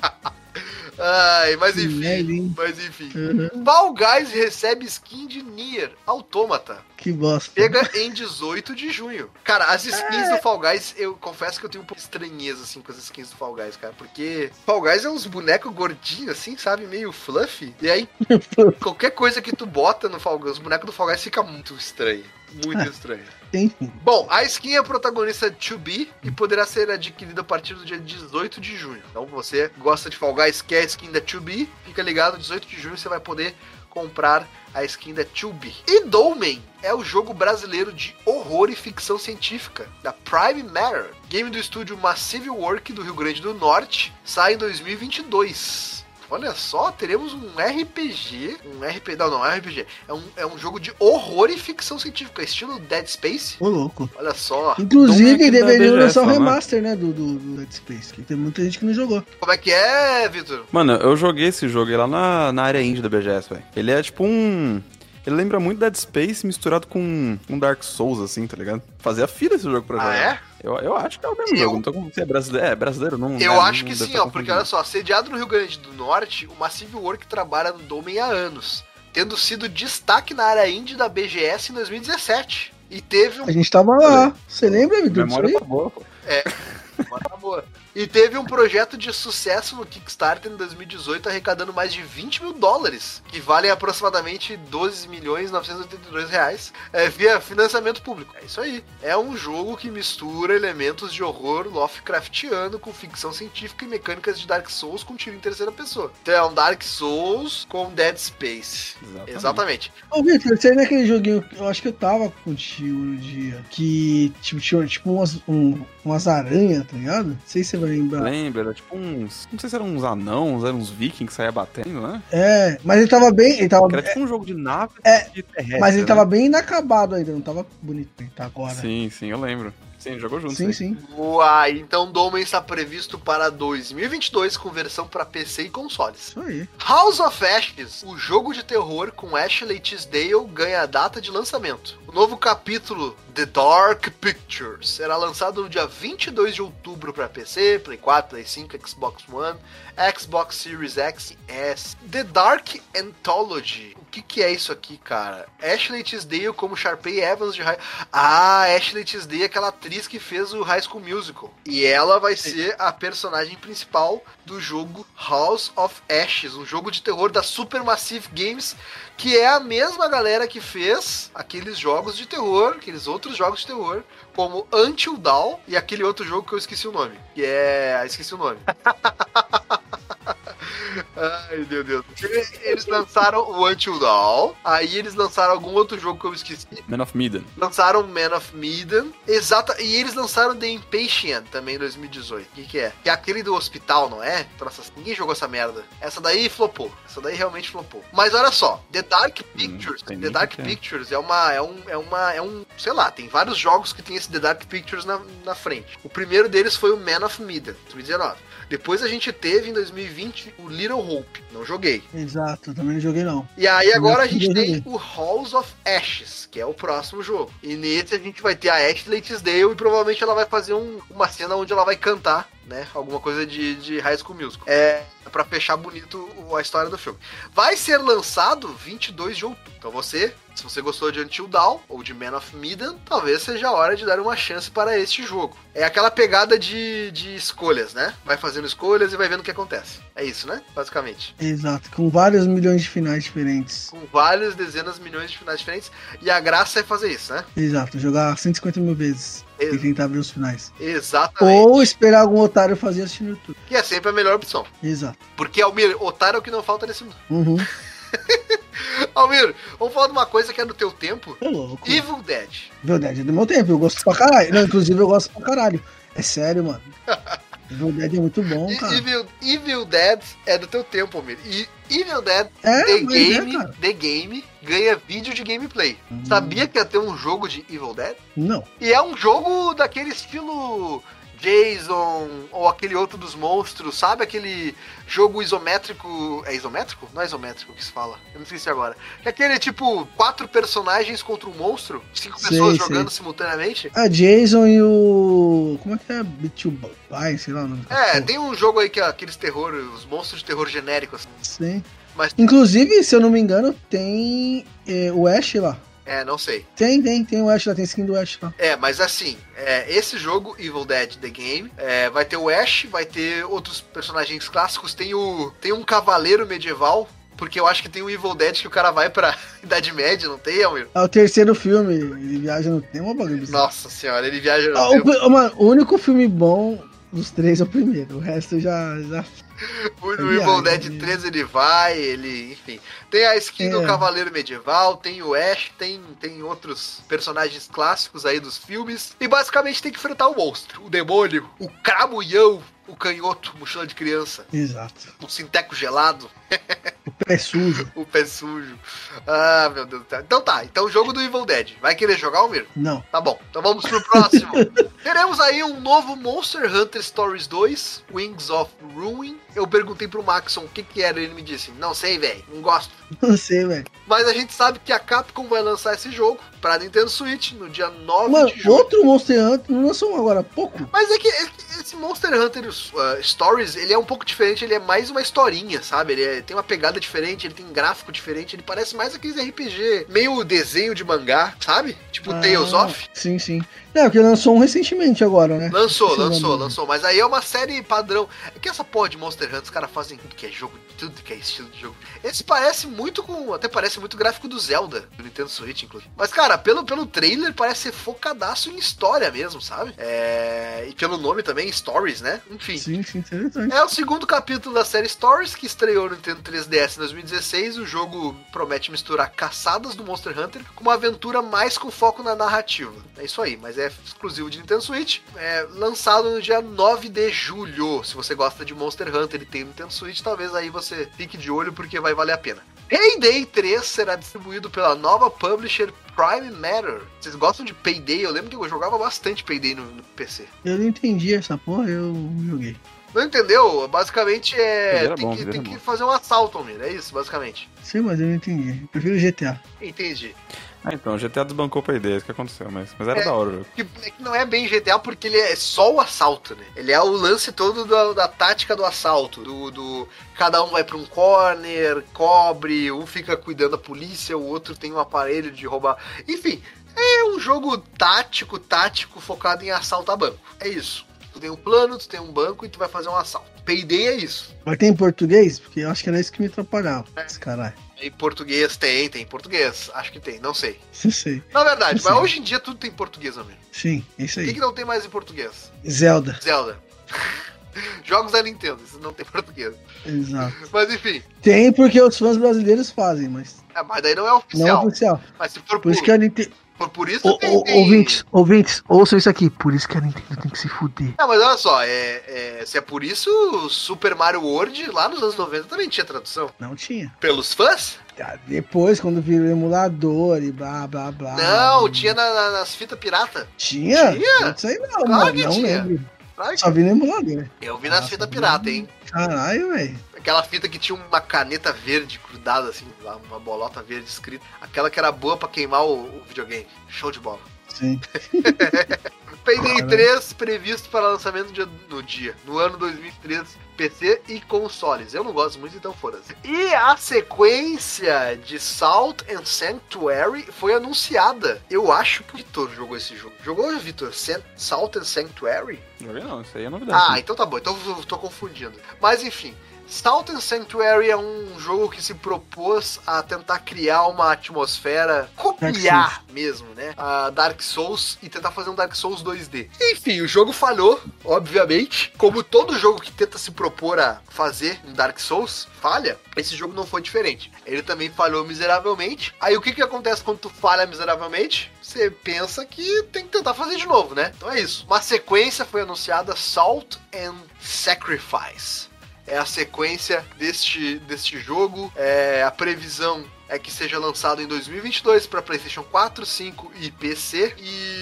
Ai, mas Que merda, enfim, hein? Uhum. Fall Guys recebe skin de Nier Automata. Que bosta. Chega em 18 de junho. Cara, as skins do Fall Guys, eu confesso que eu tenho um pouco de estranheza, assim, com as skins do Fall Guys, cara. Porque Fall Guys é uns bonecos gordinhos, assim, sabe? Meio fluffy. E aí, qualquer coisa que tu bota no Fall Guys, os bonecos do Fall Guys fica muito estranho. Muito estranho. Enfim. Bom, a skin é protagonista 2B e poderá ser adquirida a partir do dia 18 de junho. Então, você gosta de Fall Guys, quer a skin da 2B, fica ligado, 18 de junho você vai poder comprar a skin da 2B. E Dolmen é o jogo brasileiro de horror e ficção científica da Prime Matter. Game do estúdio Massive Work do Rio Grande do Norte, sai em 2022. Olha só, teremos um RPG. Não é RPG. É um jogo de horror e ficção científica, estilo Dead Space. Ô, louco. Olha só. Inclusive, Então, é que deveriam da lançar um BGS, né? remaster, né, do Dead Space, que tem muita gente que não jogou. Como é que é, Vitor? Mano, eu joguei esse jogo aí lá na área indie da BGS, velho. Ele é tipo um... Ele lembra muito Dead Space misturado com um Dark Souls, assim, tá ligado? Fazia fila esse jogo pra Ah, jogar. é? Eu acho que é o mesmo jogo. Não tô com... Você é brasileiro? É brasileiro? Não, Eu né, acho não que deve sim, tá ó, porque confundindo. olha só, sediado no Rio Grande do Norte, o Massive Work trabalha no Dolmen há anos, tendo sido destaque na área indie da BGS em 2017. E teve um... A gente tava lá. Você lembra, Vitor? disso Memória aí? tá boa, pô. Uma boa. E teve um projeto de sucesso no Kickstarter em 2018, arrecadando mais de $20 mil, que valem aproximadamente R$12.982, via financiamento público. É isso aí. É um jogo que mistura elementos de horror Lovecraftiano com ficção científica e mecânicas de Dark Souls com tiro em terceira pessoa. Então é um Dark Souls com Dead Space. Exatamente. Ô, Victor, você lembra aquele joguinho, eu acho que eu tava contigo no dia, que tinha tipo umas aranhas, tá ligado? Não sei se você vai lembrar. Lembra, era tipo uns... Não sei se eram uns anãos, eram uns vikings que saia batendo, né? Mas ele tava bem... Era tipo um jogo de nave de terrestre, mas ele tava bem inacabado ainda, não tava bonito, tá agora. Sim, eu lembro. Sim, jogou junto. Sim. Uai, então Domen está previsto para 2022 com versão para PC e consoles. Isso aí. House of Ashes, o jogo de terror com Ashley Tisdale, ganha a data de lançamento. O novo capítulo The Dark Pictures será lançado no dia 22 de outubro para PC, Play 4, Play 5, Xbox One, Xbox Series X e S. The Dark Anthology. O que é isso aqui, cara? Ashley Tisdale como Sharpay Evans de Ashley Tisdale é aquela atriz que fez o High School Musical. E ela vai ser a personagem principal do jogo House of Ashes, um jogo de terror da Supermassive Games, que é a mesma galera que fez aqueles jogos de terror, aqueles outros jogos de terror, como Until Dawn e aquele outro jogo que eu esqueci o nome. Esqueci o nome. Ai, meu Deus. Eles lançaram o Until Dawn, aí eles lançaram algum outro jogo que eu esqueci. Man of Medan. Lançaram Man of Medan, exato, e eles lançaram The Impatient também em 2018. O que é? Que é aquele do hospital, não é? Nossa, ninguém jogou essa merda. Essa daí flopou. Essa daí realmente flopou. Mas olha só, The Dark Pictures. The Dark Pictures é um, sei lá, tem vários jogos que tem esse The Dark Pictures na frente. O primeiro deles foi o Man of Medan, 2019. Depois a gente teve em 2020 o Little Hope. Não joguei. Exato, também não joguei não. E aí agora a gente tem o House of Ashes, que é o próximo jogo. E nesse a gente vai ter a Ashley Tisdale e provavelmente ela vai fazer uma cena onde ela vai cantar, né? Alguma coisa de High School Musical. Pra fechar bonito a história do filme. Vai ser lançado 22 de outubro. Então se você gostou de Until Dawn ou de Man of Medan, talvez seja a hora de dar uma chance para este jogo. É aquela pegada de escolhas, né? Vai fazendo escolhas e vai vendo o que acontece. É isso, né? Basicamente. Exato, com vários milhões de finais diferentes. Com várias dezenas de milhões de finais diferentes. E a graça é fazer isso, né? Exato, jogar 150 mil vezes. E tentar abrir os finais. Exatamente. Ou esperar algum otário fazer assistir no YouTube. Que é sempre a melhor opção. Exato. Porque, Almir, otário é o que não falta nesse mundo. Uhum. Almir, vamos falar de uma coisa que é do teu tempo. É louco. Evil Dead. Evil Dead é do meu tempo, eu gosto pra caralho. Não, inclusive eu gosto pra caralho. É sério, mano. Evil Dead é muito bom, cara. Evil Dead é do teu tempo, Almir. E Evil Dead The Game ganha vídeo de gameplay. Sabia que ia ter um jogo de Evil Dead? Não. E é um jogo daquele estilo Jason ou aquele outro dos monstros, sabe? Aquele jogo isométrico. É isométrico? Não é isométrico que se fala. Eu não esqueci agora. É aquele tipo 4 personagens contra um monstro, 5 pessoas jogando simultaneamente. A Jason e o... Como é que é? B2Buy, sei lá o nome. Tem um jogo aí que é aqueles terror, os monstros de terror genéricos. Sim. Mas... Inclusive, se eu não me engano, tem o Ash lá. Não sei. Tem o Ash lá, tem skin do Ash lá. Mas assim, esse jogo, Evil Dead The Game, vai ter o Ash, vai ter outros personagens clássicos, tem um cavaleiro medieval, porque eu acho que tem o Evil Dead que o cara vai pra Idade Média, não tem, Almir? É o terceiro filme, ele viaja no tempo, uma bagulho. Nossa senhora, ele viaja no tempo. Mano, o único filme bom dos 3 é o primeiro, o resto já... O Evil Dead 3 enfim. Tem a skin do Cavaleiro Medieval, tem o Ash, tem outros personagens clássicos aí dos filmes. E basicamente tem que enfrentar o monstro, o demônio, o Cramunhão, o canhoto, mochila de criança. Exato. O sinteco gelado. O pé sujo. O pé sujo. Ah, meu Deus do céu. Então o jogo do Evil Dead. Vai querer jogar, Almir? Não. Tá bom, então vamos pro próximo. Teremos aí um novo Monster Hunter Stories 2, Wings of Ruin. Eu perguntei pro Maxon o que era, ele me disse, não sei, velho, não gosto. Não sei, velho. Mas a gente sabe que a Capcom vai lançar esse jogo pra Nintendo Switch no dia 9 Mano, de julho. outro Monster Hunter não lançou um agora há pouco? Mas é que esse Monster Hunter Stories, ele é um pouco diferente, ele é mais uma historinha, sabe? Ele tem uma pegada diferente, ele tem um gráfico diferente, ele parece mais aqueles RPG, meio desenho de mangá, sabe? Tipo Tales of. Sim, sim. É, porque lançou um recentemente agora, né? Lançou. Mas aí é uma série padrão. É que essa porra de Monster Hunter, os caras fazem tudo que é jogo, tudo que é estilo de jogo. Esse parece muito com... Até parece muito gráfico do Zelda, do Nintendo Switch, inclusive. Mas, cara, pelo trailer, parece ser focadaço em história mesmo, sabe? E pelo nome também, Stories, né? Enfim. Sim, interessante. É o segundo capítulo da série Stories, que estreou no Nintendo 3DS em 2016. O jogo promete misturar caçadas do Monster Hunter com uma aventura mais com foco na narrativa. É isso aí, mas é exclusivo de Nintendo Switch. É lançado no dia 9 de julho. Se você gosta de Monster Hunter e tem Nintendo Switch, talvez aí você fique de olho porque vai valer a pena. Payday 3 será distribuído pela nova publisher Prime Matter. Vocês gostam de Payday? Eu lembro que eu jogava bastante Payday no PC. Eu não entendi essa porra, eu joguei. Não entendeu? Basicamente tem que fazer um assalto, Almir. É isso, basicamente. Sim, mas eu não entendi. Eu prefiro GTA. Entendi. Então, o GTA desbancou pra ideia, isso que aconteceu, mas era da hora o jogo. É que não é bem GTA porque ele é só o assalto, né? Ele é o lance todo da tática do assalto. Cada um vai pra um corner, cobre, um fica cuidando da polícia, o outro tem um aparelho de roubar. Enfim, é um jogo tático, focado em assalto a banco. É isso. Tu tem um plano, tu tem um banco e tu vai fazer um assalto. Payday é isso. Mas tem em português? Porque eu acho que era isso que me atrapalhava. Esse caralho. Em português tem em português. Acho que tem, não sei. Não sei. Na verdade, Não mas sei. hoje em dia tudo tem em português, amigo. Sim, é isso O aí. que não tem mais em português? Zelda. Zelda. Jogos da Nintendo, isso não tem português. Exato. Mas enfim. Tem porque os fãs brasileiros fazem, mas Mas daí não é não é oficial. oficial. Mas se for Por isso que a Nintendo... por isso tem... Ouvintes, ouçam isso aqui. Por isso que a Nintendo tem que se fuder. Não, mas olha só, se é por isso, o Super Mario World, lá nos anos 90, também tinha tradução. Não tinha. Pelos fãs? Depois, quando virou emulador e blá, blá, blá. Não, tinha nas fitas pirata. Tinha? Tinha? Isso aí não, Claro mano. que Não tinha. lembro. Claro que- Só vi no emulador. Eu vi nas fitas pirata, hein? Caralho, velho. Aquela fita que tinha uma caneta verde grudada, assim, uma bolota verde escrita. Aquela que era boa pra queimar o videogame. Show de bola. Sim. Payday 3 previsto para lançamento no ano 2013, PC e consoles. Eu não gosto muito, então foda-se. E a sequência de Salt and Sanctuary foi anunciada. Eu acho que o Vitor jogou esse jogo. Jogou, Vitor? Salt and Sanctuary? Joguei não, isso aí é novidade. Então tá bom, então eu tô confundindo. Mas enfim, Salt and Sanctuary é um jogo que se propôs a tentar criar uma atmosfera, copiar mesmo, né? A Dark Souls e tentar fazer um Dark Souls 2D. Enfim, o jogo falhou, obviamente. Como todo jogo que tenta se propor a fazer um Dark Souls falha, esse jogo não foi diferente. Ele também falhou miseravelmente. Aí o que acontece quando tu falha miseravelmente? Você pensa que tem que tentar fazer de novo, né? Então é isso. Uma sequência foi anunciada, Salt and Sacrifice. É a sequência deste jogo. A previsão é que seja lançado em 2022 para PlayStation 4, 5 e PC.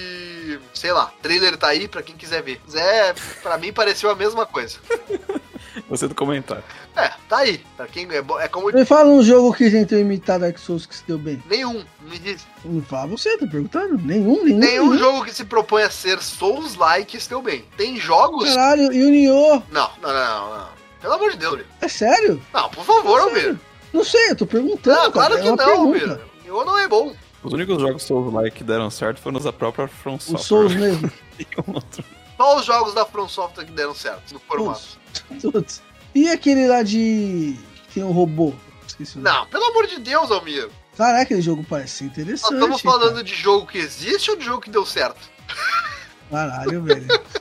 E sei lá, trailer tá aí pra quem quiser ver. Pra mim pareceu a mesma coisa. Você do comentário. Tá aí. Pra quem é como Me fala um jogo que tentou imitar Dark Souls que se deu bem. nenhum, me diz. Não fala você, tá perguntando? Nenhum. Nenhum jogo que se propõe a ser Souls-like se deu bem. Tem jogos. Caralho, e o Nioh? Não. Pelo amor de Deus, Lio. É sério? Não, por favor, Almir. Não sei, eu tô perguntando. Não, claro cara, que é uma não, pergunta. Almir. Nioh não é bom. Os únicos jogos Souls-like que deram certo foram os da própria From O Software. Souls mesmo. E um outro. Só os jogos da From Software que deram certo no formato. Todos. E aquele lá de... que tem um robô? Esqueci o nome. Não, pelo amor de Deus, Almir. Caraca, aquele jogo parece Nós interessante. estamos falando cara. de jogo que existe ou de jogo que deu certo? Caralho, velho.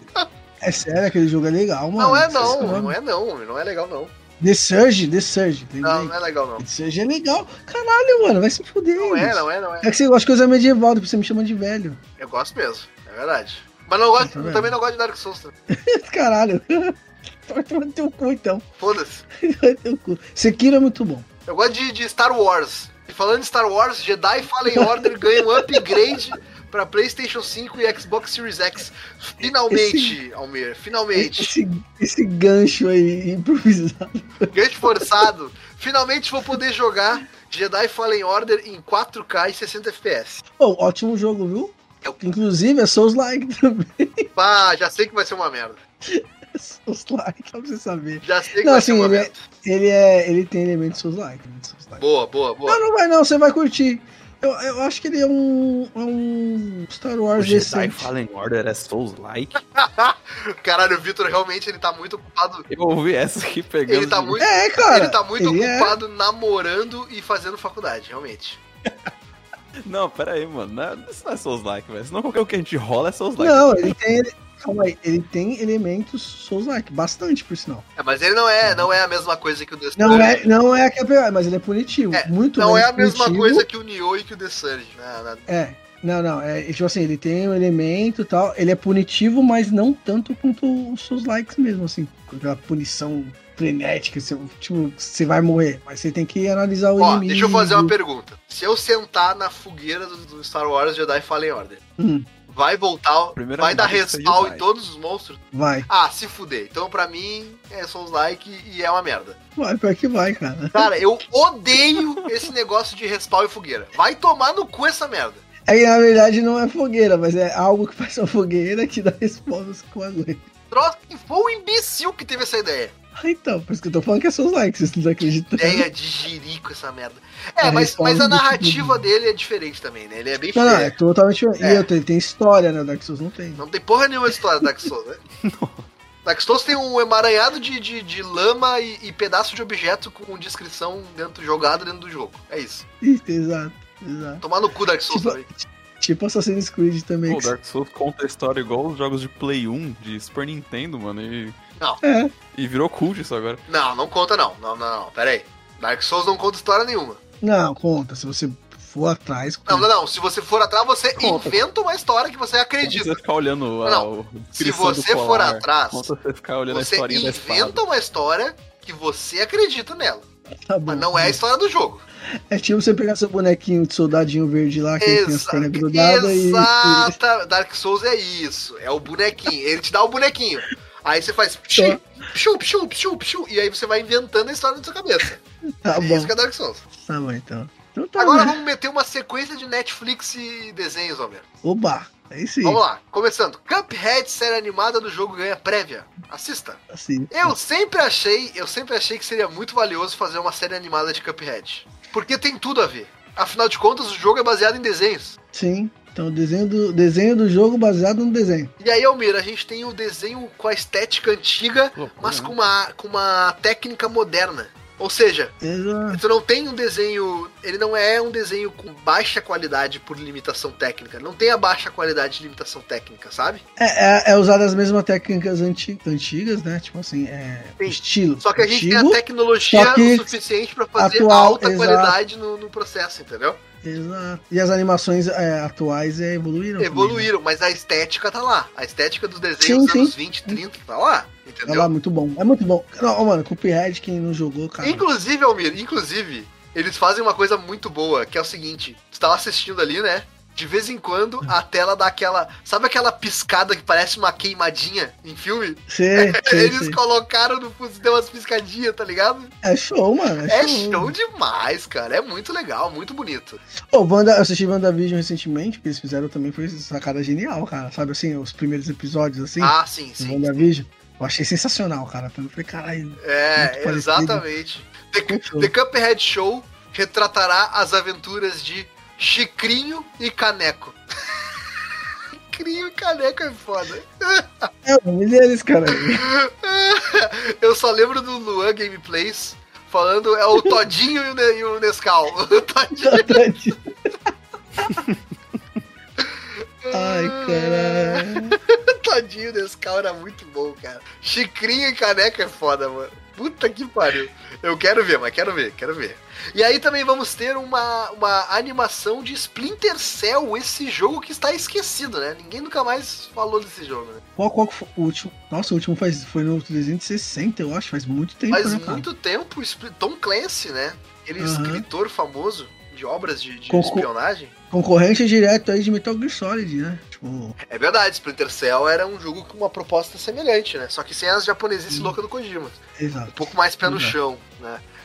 É sério, aquele jogo é legal, mano. Não é Esqueci o não, nome. não é legal não. The Surge, lembrei. Não é legal não. The Surge é legal. Caralho, mano, vai se fuder. Não é, isso. não é. É que você gosta de coisa medieval, depois você me chama de velho. Eu gosto mesmo, é verdade. Mas não gosto, Tá vendo? também não gosto de Dark Souls. Caralho. Vai tomar no teu cu, então. Foda-se. Vai no teu cu. Sekiro é muito bom. Eu gosto de Star Wars. E falando de Star Wars, Jedi Fallen Order ganha um upgrade pra PlayStation 5 e Xbox Series X. Finalmente, Almir, finalmente. Esse gancho aí improvisado. Gancho forçado. Finalmente vou poder jogar Jedi Fallen Order em 4K e 60 FPS. Pô, ótimo jogo, viu? Inclusive é Souls-like também. Ah, já sei que vai ser uma merda. Souls-like, só pra você saber. Já sei que Não, vai assim, ser uma merda. ele tem elementos Souls-like. Boa. Não vai não, você vai curtir. Eu acho que ele é um Star Wars O Jedi decente. Fallen Order é Souls-like? Caralho, o Vitor realmente ele tá muito ocupado. Eu ouvi essa aqui pegando. Ele tá muito, cara. ele tá muito ele ocupado namorando e fazendo faculdade, realmente. Não, pera aí, mano. Isso não é Souls-like, velho. Senão qualquer o que a gente rola é Souls-like. Não, calma aí, ele tem elementos Souls-like, bastante, por sinal. Mas ele não é a mesma coisa que o The Surge. Não é que é pior, mas ele é punitivo. Muito não menos é a mesma punitivo. coisa que o Nioh e que o The Surge. Não, é tipo assim, ele tem um elemento e tal, ele é punitivo, mas não tanto quanto os seus likes mesmo, assim, com aquela punição frenética, você vai morrer, mas você tem que analisar o inimigo. Deixa eu fazer uma pergunta. Se eu sentar na fogueira do Star Wars Jedi Fallen Order, vai voltar, vai dar respawn em todos os monstros? Vai. Ah, se fuder. Então pra mim é Souls-like e é uma merda. Vai, pior que vai, cara. Cara, eu odeio esse negócio de respawn e fogueira. Vai tomar no cu essa merda. É que na verdade não é fogueira, mas é algo que faz uma fogueira que dá respostas com a lei. Troço que foi um imbecil que teve essa ideia. Então, por isso que eu tô falando que é seus likes, vocês não acreditam. Ideia de jirico essa merda. Mas a narrativa dele é diferente também, né? Ele é bem Não, é totalmente diferente. E ele tem história, né? Dark Souls não tem. Não tem porra nenhuma história do Dark Souls, né? Dark Souls tem um emaranhado de lama e pedaço de objeto com descrição jogada dentro do jogo. É isso. Exato. Tomar no cu Dark Souls também. Tipo Assassin's Creed também. Pô, Dark Souls conta a história igual os jogos de Play 1, de Super Nintendo, mano, Não. E virou cult isso agora. Não conta não. Não, pera aí. Dark Souls não conta história nenhuma. Não, conta. Se você for atrás... Não. Se você for atrás, você inventa uma história que você acredita. Você ficar olhando se você for atrás, você ficar olhando você a historinha da espada. inventa uma história que você acredita nela. Tá bom, mas não é a história do jogo. É tipo você pegar seu bonequinho de soldadinho verde lá, que tem as pernas grudadas Exato. Dark Souls é isso. É o bonequinho. Ele te dá o bonequinho. Aí você faz psiu, e aí você vai inventando a história na sua cabeça. Tá bom. Isso que é Dark Souls. Tá bom, então. Tá agora bem. vamos meter uma sequência de Netflix e desenhos, Homer. Oba, é isso aí. Vamos lá, começando. Cuphead, série animada do jogo, ganha prévia. Assista. Eu sempre achei que seria muito valioso fazer uma série animada de Cuphead. Porque tem tudo a ver. Afinal de contas, o jogo é baseado em desenhos. Sim. Então, o desenho do jogo baseado no desenho. E aí, Almir, a gente tem o desenho com a estética antiga, mas com uma técnica moderna. Ou seja, tu não tem um desenho... Ele não é um desenho com baixa qualidade por limitação técnica. Não tem a baixa qualidade de limitação técnica, sabe? É usar as mesmas técnicas antigas, né? Tipo assim, estilo. Só que a gente tem a tecnologia o suficiente pra fazer alta qualidade no processo, entendeu? Exato. E as animações atuais evoluíram. Evoluíram, mas a estética tá lá. A estética dos desenhos dos anos 20, 30 tá lá. Entendeu? Tá lá, muito bom. É muito bom. Não, mano, Cuphead, quem não jogou, cara. Inclusive, Almir, eles fazem uma coisa muito boa, que é o seguinte: tu tava assistindo ali, né? De vez em quando a tela dá aquela... Sabe aquela piscada que parece uma queimadinha em filme? Sei, eles colocaram no fundo, deu umas piscadinhas, tá ligado? É show, mano. É show demais, cara. É muito legal, muito bonito. Eu assisti WandaVision recentemente, que eles fizeram também, foi sacada genial, cara. Sabe assim, os primeiros episódios, assim? Ah, sim. WandaVision. Eu achei sensacional, cara. Eu falei, caralho. Exatamente. The Cuphead Show retratará as aventuras de Chicrinho e Caneco. Chicrinho e Caneco é foda. É o nome deles, cara. Eu só lembro do Luan Gameplays falando o Todinho e o Nescau. O Todinho. Ai, caralho. Todinho e Nescau era muito bom, cara. Chicrinho e Caneco é foda, mano. Puta que pariu. Eu quero ver, mas quero ver. E aí também vamos ter uma animação de Splinter Cell, esse jogo que está esquecido, né? Ninguém nunca mais falou desse jogo, né? Qual foi o último? Nossa, o último foi no 360, eu acho, faz muito tempo, Faz muito tempo, Tom Clancy, né? Aquele escritor famoso de obras de espionagem. Concorrente direto aí de Metal Gear Solid, né? Tipo... É verdade, Splinter Cell era um jogo com uma proposta semelhante, né? Só que sem as japonesices loucas do Kojima. Exato. Um pouco mais pé no chão, né?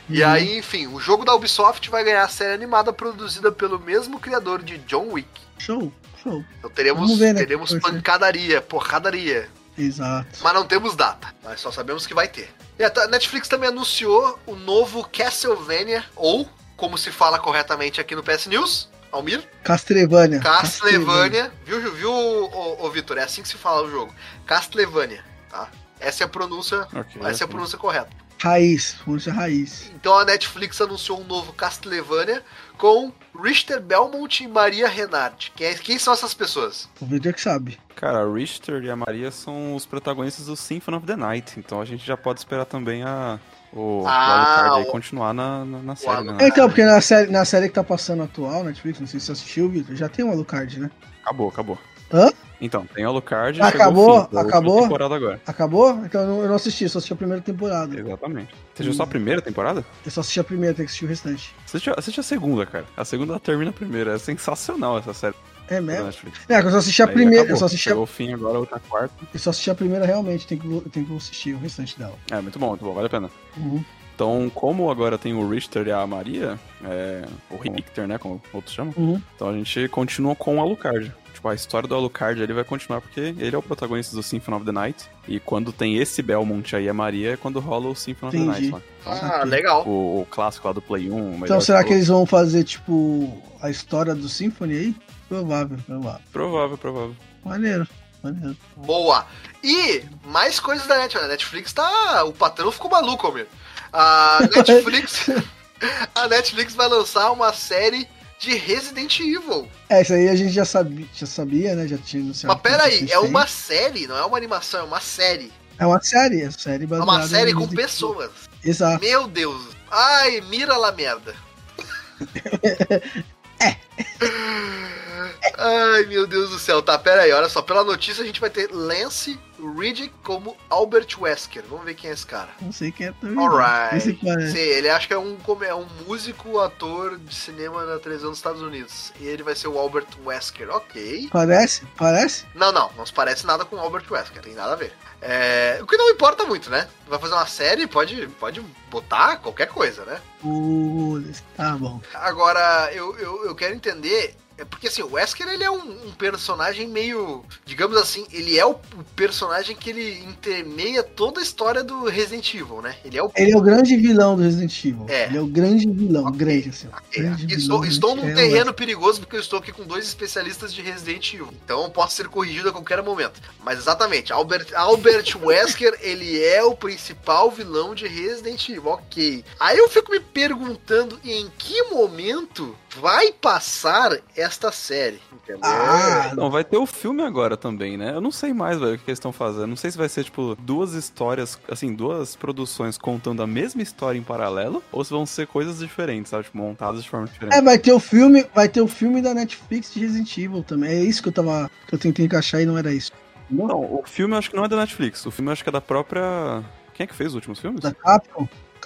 E aí, enfim, o jogo da Ubisoft vai ganhar a série animada produzida pelo mesmo criador de John Wick. Show. Então teremos, Vamos ver, né, teremos que vai ser. porradaria. Exato. Mas não temos data, mas só sabemos que vai ter. E a Netflix também anunciou o novo Castlevania, ou, como se fala corretamente aqui no PS News, Almir? Castlevania. Viu, ô Vitor? É assim que se fala o jogo. Castlevania, tá? Essa é a pronúncia, essa é a pronúncia correta. Raiz, pronúncia raiz. Então a Netflix anunciou um novo Castlevania com Richter Belmont e Maria Renard. Quem são essas pessoas? O Vitor que sabe. Cara, a Richter e a Maria são os protagonistas do Symphony of the Night, então a gente já pode esperar também o Alucard aí continuar na série, né? Então, porque na série que tá passando atual, Netflix, não sei se você assistiu, Vitor, já tem um Alucard, né? Acabou. Hã? Então, tem Alucard e acabou? chegou o fim da última temporada agora. Acabou? Então eu não assisti, só assisti a primeira temporada. Exatamente. Você assistiu só a primeira temporada? Eu só assisti a primeira, tem que assistir o restante. Assiste a segunda, cara. A segunda termina a primeira. É sensacional essa série. É mesmo? Eu só assisti a primeira. Eu só assisti Chegou o fim agora, outra quarta. Eu só assisti a primeira realmente, tem que assistir o restante dela. É, muito bom, vale a pena. Então, como agora tem o Richter e a Maria, o Richter, né, como outros chamam, então a gente continua com o Alucard. Tipo, a história do Alucard ele vai continuar porque ele é o protagonista do Symphony of the Night. E quando tem esse Belmont aí, a Maria, é quando rola o Symphony of the Night lá. Ah, legal. O clássico lá do Play 1. Então será que eles vão fazer, tipo, a história do Symphony aí? Provável. Maneiro. Boa. E mais coisas da Netflix. A Netflix tá... O patrão ficou maluco, Almir. A Netflix vai lançar uma série de Resident Evil. Isso aí a gente já sabia, né? Já tinha anunciado. Mas peraí, é uma série, não é uma animação, é uma série. É uma série baseada. É uma série com pessoas. Exato. Meu Deus. Ai, mira lá merda. Ai, meu Deus do céu. Tá, pera aí, olha só. Pela notícia a gente vai ter Lance Reddick como Albert Wesker. Vamos ver quem é esse cara. Não sei quem é também. Alright. Sim, ele acha que é um músico, ator de cinema na televisão dos Estados Unidos. E ele vai ser o Albert Wesker. Ok. Parece? Não se parece nada com o Albert Wesker. Tem nada a ver. O que não importa muito, né? Vai fazer uma série, pode botar qualquer coisa, né? Tá bom. Agora, eu quero entender... Porque assim, o Wesker ele é um personagem meio, digamos assim, ele é o personagem que ele intermeia toda a história do Resident Evil, né? Ele é o grande vilão do Resident Evil. Ele é o grande vilão, grande assim. Estou num terreno perigoso porque eu estou aqui com 2 especialistas de Resident Evil. Então eu posso ser corrigido a qualquer momento. Mas exatamente, Albert Wesker, ele é o principal vilão de Resident Evil, ok. Aí eu fico me perguntando em que momento vai passar esta série, entendeu? Não, vai ter o filme agora também, né? Eu não sei mais, velho, o que eles estão fazendo. Não sei se vai ser, tipo, 2 histórias, assim, 2 produções contando a mesma história em paralelo, ou se vão ser coisas diferentes, sabe? Tipo, montadas de forma diferente. Vai ter o filme da Netflix de Resident Evil também. É isso que eu tentei encaixar e não era isso. Não, o filme eu acho que não é da Netflix. O filme eu acho que é da própria... Quem é que fez os últimos filmes? Da Capcom?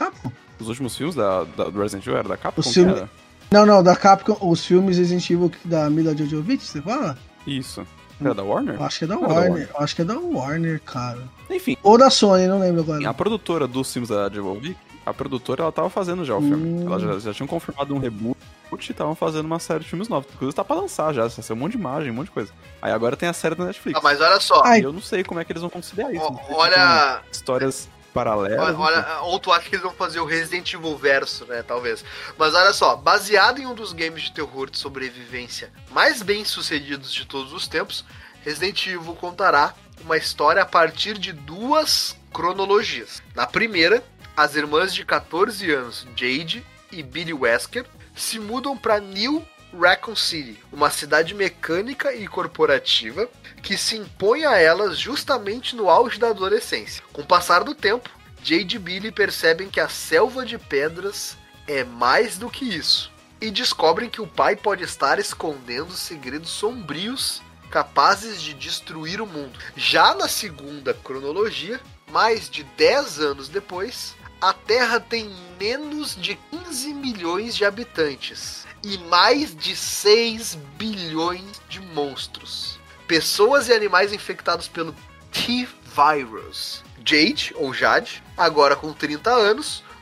Os últimos filmes do Resident Evil era da Capcom? Não, da Capcom, os filmes Resident Evil da Mila Jovovich, você fala? Isso. Era da Warner? Eu acho que é da Warner. Eu acho que é da Warner, cara. Enfim. Ou da Sony, não lembro agora. A produtora dos filmes da Jovovich, ela tava fazendo já o filme. Ela já tinha confirmado um reboot e estavam fazendo uma série de filmes novos. Inclusive tá pra lançar já, vai ser um monte de imagem, um monte de coisa. Aí agora tem a série da Netflix. Mas olha só. E eu não sei como é que eles vão conciliar isso. Olha... Histórias paralelas. Ou tu acha que eles vão fazer o Resident Evil verso, né? Talvez. Mas olha só, baseado em um dos games de terror de sobrevivência mais bem sucedidos de todos os tempos, Resident Evil contará uma história a partir de 2 cronologias. Na primeira, as irmãs de 14 anos, Jade e Billy Wesker, se mudam para New Raccoon City, uma cidade mecânica e corporativa que se impõe a elas justamente no auge da adolescência. Com o passar do tempo, Jade e Billy percebem que a selva de pedras é mais do que isso e descobrem que o pai pode estar escondendo segredos sombrios capazes de destruir o mundo. Já na segunda cronologia, mais de 10 anos depois, a Terra tem menos de 15 milhões de habitantes e mais de 6 bilhões de monstros. Pessoas e animais infectados pelo T-Virus. Jade, ou Jade, agora com 30 anos,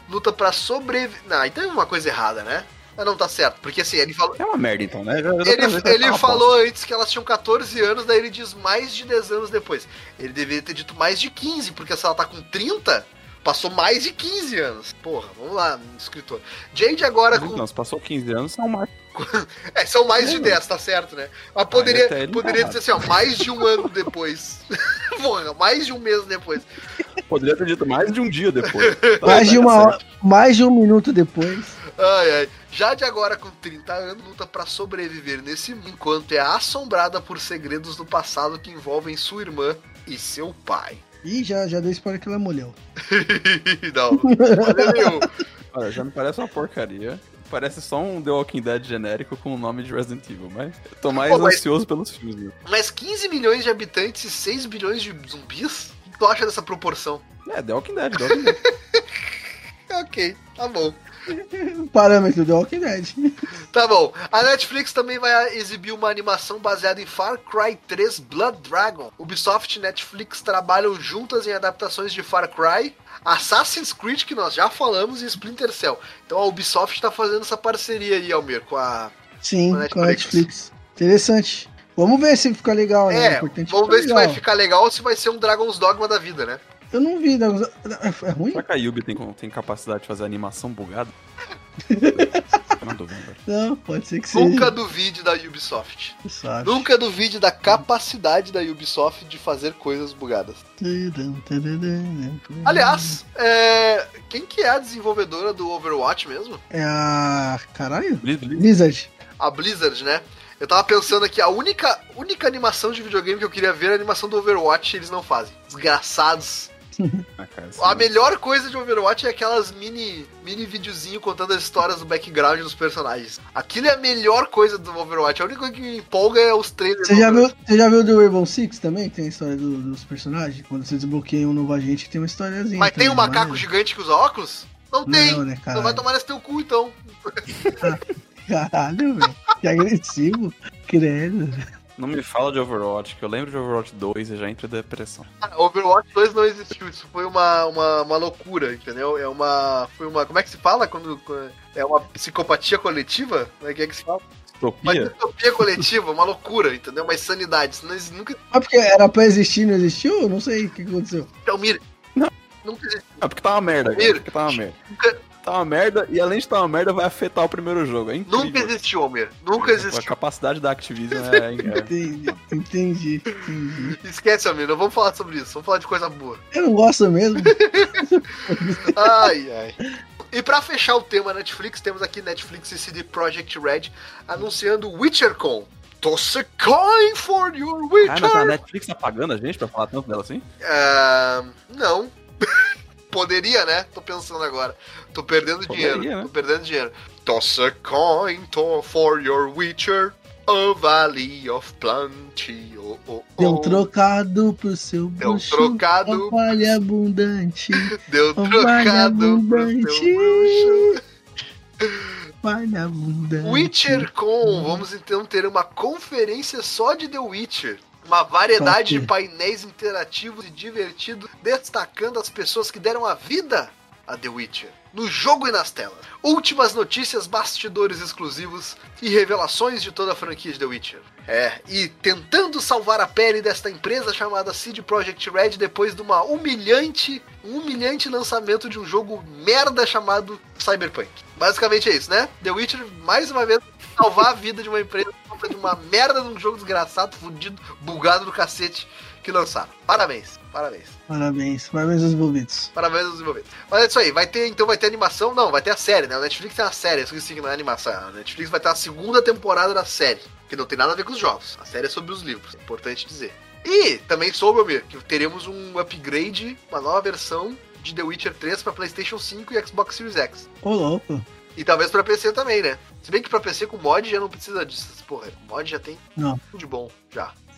luta pra sobreviver. Não, então é uma coisa errada, né? Mas não tá certo, porque assim, ele falou. É uma merda então, né? Ele falou antes que elas tinham 14 anos, daí ele diz mais de 10 anos depois. Ele deveria ter dito mais de 15, porque se ela tá com 30, passou mais de 15 anos. Porra, vamos lá, escritor. Jade agora com. Não, se passou 15 anos, são mais. São mais de 10, tá certo, né? Mas poderia dizer assim, ó, mais de um ano depois. Porra, mais de um mês depois. Poderia ter dito mais de um dia depois. Mais de um minuto depois. Ai. Jade agora com 30 anos luta pra sobreviver nesse mundo, enquanto é assombrada por segredos do passado que envolvem sua irmã e seu pai. Ih, já deu spoiler que ela molhou. Não spoiler nenhum. Olha, já me parece uma porcaria. Parece só um The Walking Dead genérico com o nome de Resident Evil, mas eu tô mais ansioso pelos filmes. Né? Mas 15 milhões de habitantes e 6 bilhões de zumbis? O que tu acha dessa proporção? The Walking Dead, The Walking Dead. Ok, tá bom. Parâmetro do Walking Dead. Tá bom. A Netflix também vai exibir uma animação baseada em Far Cry 3 Blood Dragon. Ubisoft e Netflix trabalham juntas em adaptações de Far Cry, Assassin's Creed, que nós já falamos, e Splinter Cell. Então a Ubisoft tá fazendo essa parceria aí, Almir, com a Netflix. Interessante. Vamos ver se fica legal, né? Vamos ver se vai ficar legal ou se vai ser um Dragon's Dogma da vida, né? Eu não vi. É ruim? Será que a Ubi tem capacidade de fazer animação bugada? Não, pode ser que seja. Nunca duvide da Ubisoft. Nunca duvide da capacidade da Ubisoft de fazer coisas bugadas. Aliás, quem que é a desenvolvedora do Overwatch mesmo? É a... Caralho? Blizzard. A Blizzard, né? Eu tava pensando aqui, a única animação de videogame que eu queria ver é a animação do Overwatch, eles não fazem. Desgraçados. A melhor coisa de Overwatch é aquelas mini videozinho contando as histórias do background dos personagens. Aquilo é a melhor coisa do Overwatch. A única coisa que me empolga é os trailers. Você já viu do Rainbow Six também? Tem a história dos personagens? Quando você desbloqueia um novo agente, tem uma historiazinha. Mas tem um macaco gigante que usa óculos? Não tem. Não, né, cara? Não vai tomar nesse teu cu, então. Caralho, velho. Que agressivo. Credo. Não me fala de Overwatch, que eu lembro de Overwatch 2 e já entro em depressão. Overwatch 2 não existiu, isso foi uma loucura, entendeu? Foi uma, como é que se fala? Quando é uma psicopatia coletiva? Como é que se fala? Uma distopia coletiva, uma loucura, entendeu? Uma insanidade. Nunca... porque era pra existir, não existiu? Eu não sei o que aconteceu. Então, Mira, nunca existiu. Porque tá uma merda, cara. Porque tá uma merda. Tá uma merda, e além de tá uma merda, vai afetar o primeiro jogo. É incrível. Nunca existiu, Almir. Nunca existiu. A capacidade da Activision Entendi. Esquece, Almir. Não vamos falar sobre isso. Vamos falar de coisa boa. Eu não gosto mesmo. Ai. E pra fechar o tema Netflix, temos aqui Netflix e CD Projekt Red anunciando WitcherCon. Toss a coin for your Witcher. Mas a Netflix tá pagando a gente pra falar tanto dela assim? Não. Poderia, né? Tô pensando agora. Tô perdendo dinheiro. Toss a coin for your Witcher, a Valley of Plenty. Deu trocado pro seu bruxo. Deu trocado. Vale abundante. Deu trocado pro seu bruxo. Vale abundante. WitcherCon. Vamos então ter uma conferência só de The Witcher. Uma variedade de painéis interativos e divertidos, destacando as pessoas que deram a vida a The Witcher, no jogo e nas telas. Últimas notícias, bastidores exclusivos e revelações de toda a franquia de The Witcher. E tentando salvar a pele desta empresa chamada CD Projekt Red depois de um humilhante lançamento de um jogo merda chamado Cyberpunk. Basicamente é isso, né? The Witcher, mais uma vez, salvar a vida de uma empresa de uma merda de um jogo desgraçado, fudido, bugado do cacete que lançaram. Parabéns aos envolvidos. Mas é isso aí, vai ter animação? Não, vai ter a série, né? A Netflix tem uma série, eu esqueci que não é animação. A Netflix vai ter a segunda temporada da série, que não tem nada a ver com os jogos. A série é sobre os livros, é importante dizer. E também soube, Almir, que teremos um upgrade, uma nova versão de The Witcher 3 pra PlayStation 5 e Xbox Series X. Ô, louco. E talvez pra PC também, né? Se bem que pra PC com mod já não precisa disso. Porra, mod já tem tudo de bom, já.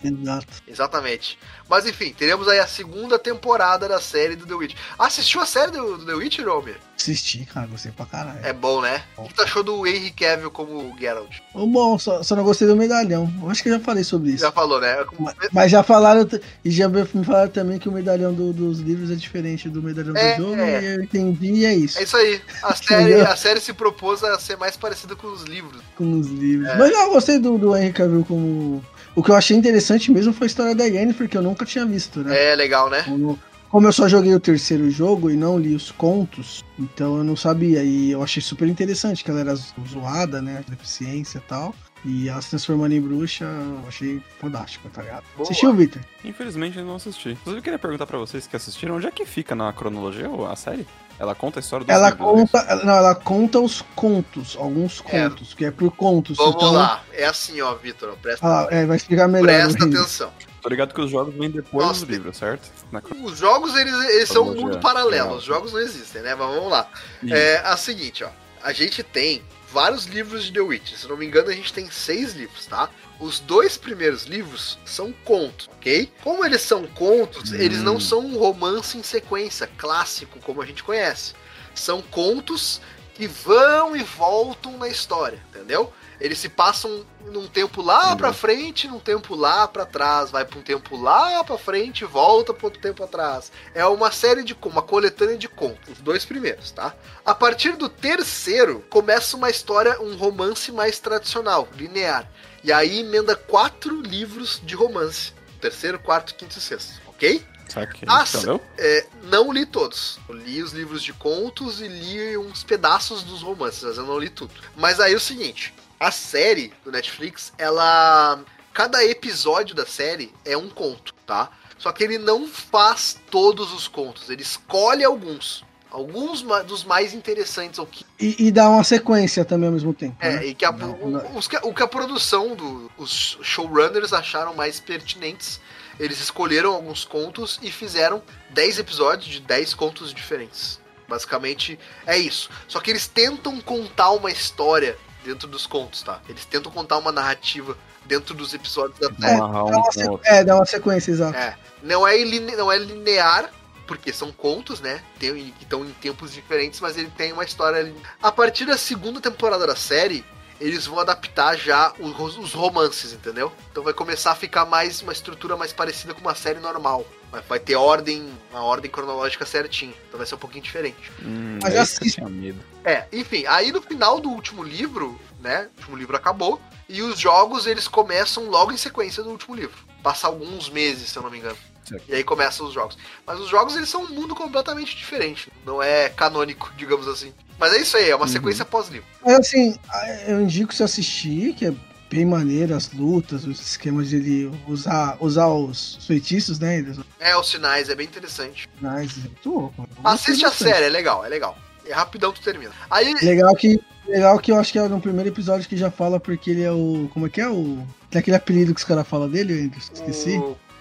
Exato. Exatamente. Mas enfim, teremos aí a segunda temporada da série do The Witcher. Assistiu a série do The Witcher, Almir? Assisti, cara, gostei pra caralho. É bom, né? O que tu achou do Henry Cavill como Geralt? Bom, só não gostei do medalhão. Eu acho que eu já falei sobre isso. Já falou, né? Mas já falaram, e já me falaram também que o medalhão dos livros é diferente do medalhão do jogo, e eu entendi e é isso. É isso aí. A série se propôs a ser mais parecida com os livros. Com os livros. Mas eu gostei do Henry Cavill como... O que eu achei interessante mesmo foi a história da Yennefer, que eu nunca tinha visto, né? É, legal, né? Como eu só joguei o terceiro jogo e não li os contos, então eu não sabia. E eu achei super interessante que ela era zoada, né? Deficiência e tal. E ela se transformando em bruxa, eu achei fodástico, tá ligado? Boa. Assistiu, Victor? Infelizmente eu não assisti. Inclusive eu queria perguntar pra vocês que assistiram, onde é que fica na cronologia a série? Ela conta a história dos livros, ela conta os contos, alguns contos, que é por contos. Vamos então, lá. É assim, ó, Vitor. Presta, vai explicar melhor. presta atenção. Tô ligado que os jogos vêm depois Nossa, dos livros, certo? Os jogos, eles são um Cronologia. mundo paralelo. Legal. Os jogos não existem, né? Mas vamos lá. Isso. É a seguinte, ó. A gente tem vários livros de The Witcher. Se não me engano, a gente tem 6 livros, tá? Os 2 primeiros livros são contos, ok? Como eles são contos, eles não são um romance em sequência, clássico, como a gente conhece. São contos que vão e voltam na história, entendeu? Eles se passam num tempo lá pra frente, num tempo lá pra trás, vai pra um tempo lá pra frente e volta pra outro tempo atrás. É uma série uma coletânea de contos, os 2 primeiros, tá? A partir do terceiro, começa uma história, um romance mais tradicional, linear. E aí emenda 4 livros de romance. Terceiro, quarto, quinto e sexto, ok? Entendeu? Não li todos. Eu li os livros de contos e li uns pedaços dos romances, mas eu não li tudo. Mas aí é o seguinte, a série do Netflix, cada episódio da série é um conto, tá? Só que ele não faz todos os contos, ele escolhe alguns dos mais interessantes. E dá uma sequência também ao mesmo tempo. E que o que a produção os showrunners acharam mais pertinentes. Eles escolheram alguns contos e fizeram 10 episódios de 10 contos diferentes. Basicamente é isso. Só que eles tentam contar uma história dentro dos contos, tá? Eles tentam contar uma narrativa dentro dos episódios da série. Dá uma sequência, exato. Não é linear, porque são contos, né? Que estão em tempos diferentes, mas ele tem uma história. A partir da segunda temporada da série, eles vão adaptar já os romances, entendeu? Então vai começar a ficar mais uma estrutura mais parecida com uma série normal. Vai ter uma ordem cronológica certinha. Então vai ser um pouquinho diferente. Mas assiste. Enfim, aí no final do último livro, né? O último livro acabou. E os jogos, eles começam logo em sequência do último livro. Passa alguns meses, se eu não me engano. E aí começam os jogos. Mas os jogos, eles são um mundo completamente diferente. Não é canônico, digamos assim. Mas é isso aí, é uma sequência pós-livro. Mas assim, eu indico você assistir, que é bem maneiro, as lutas, os esquemas de ele usar os feitiços, né? Os sinais, é bem interessante. Mas é muito louco. Assiste a série, é legal. É rapidão tu termina. Aí... Legal que eu acho que é no primeiro episódio que já fala porque ele é o... Como é que é? Tem aquele apelido que os caras falam dele, eu esqueci.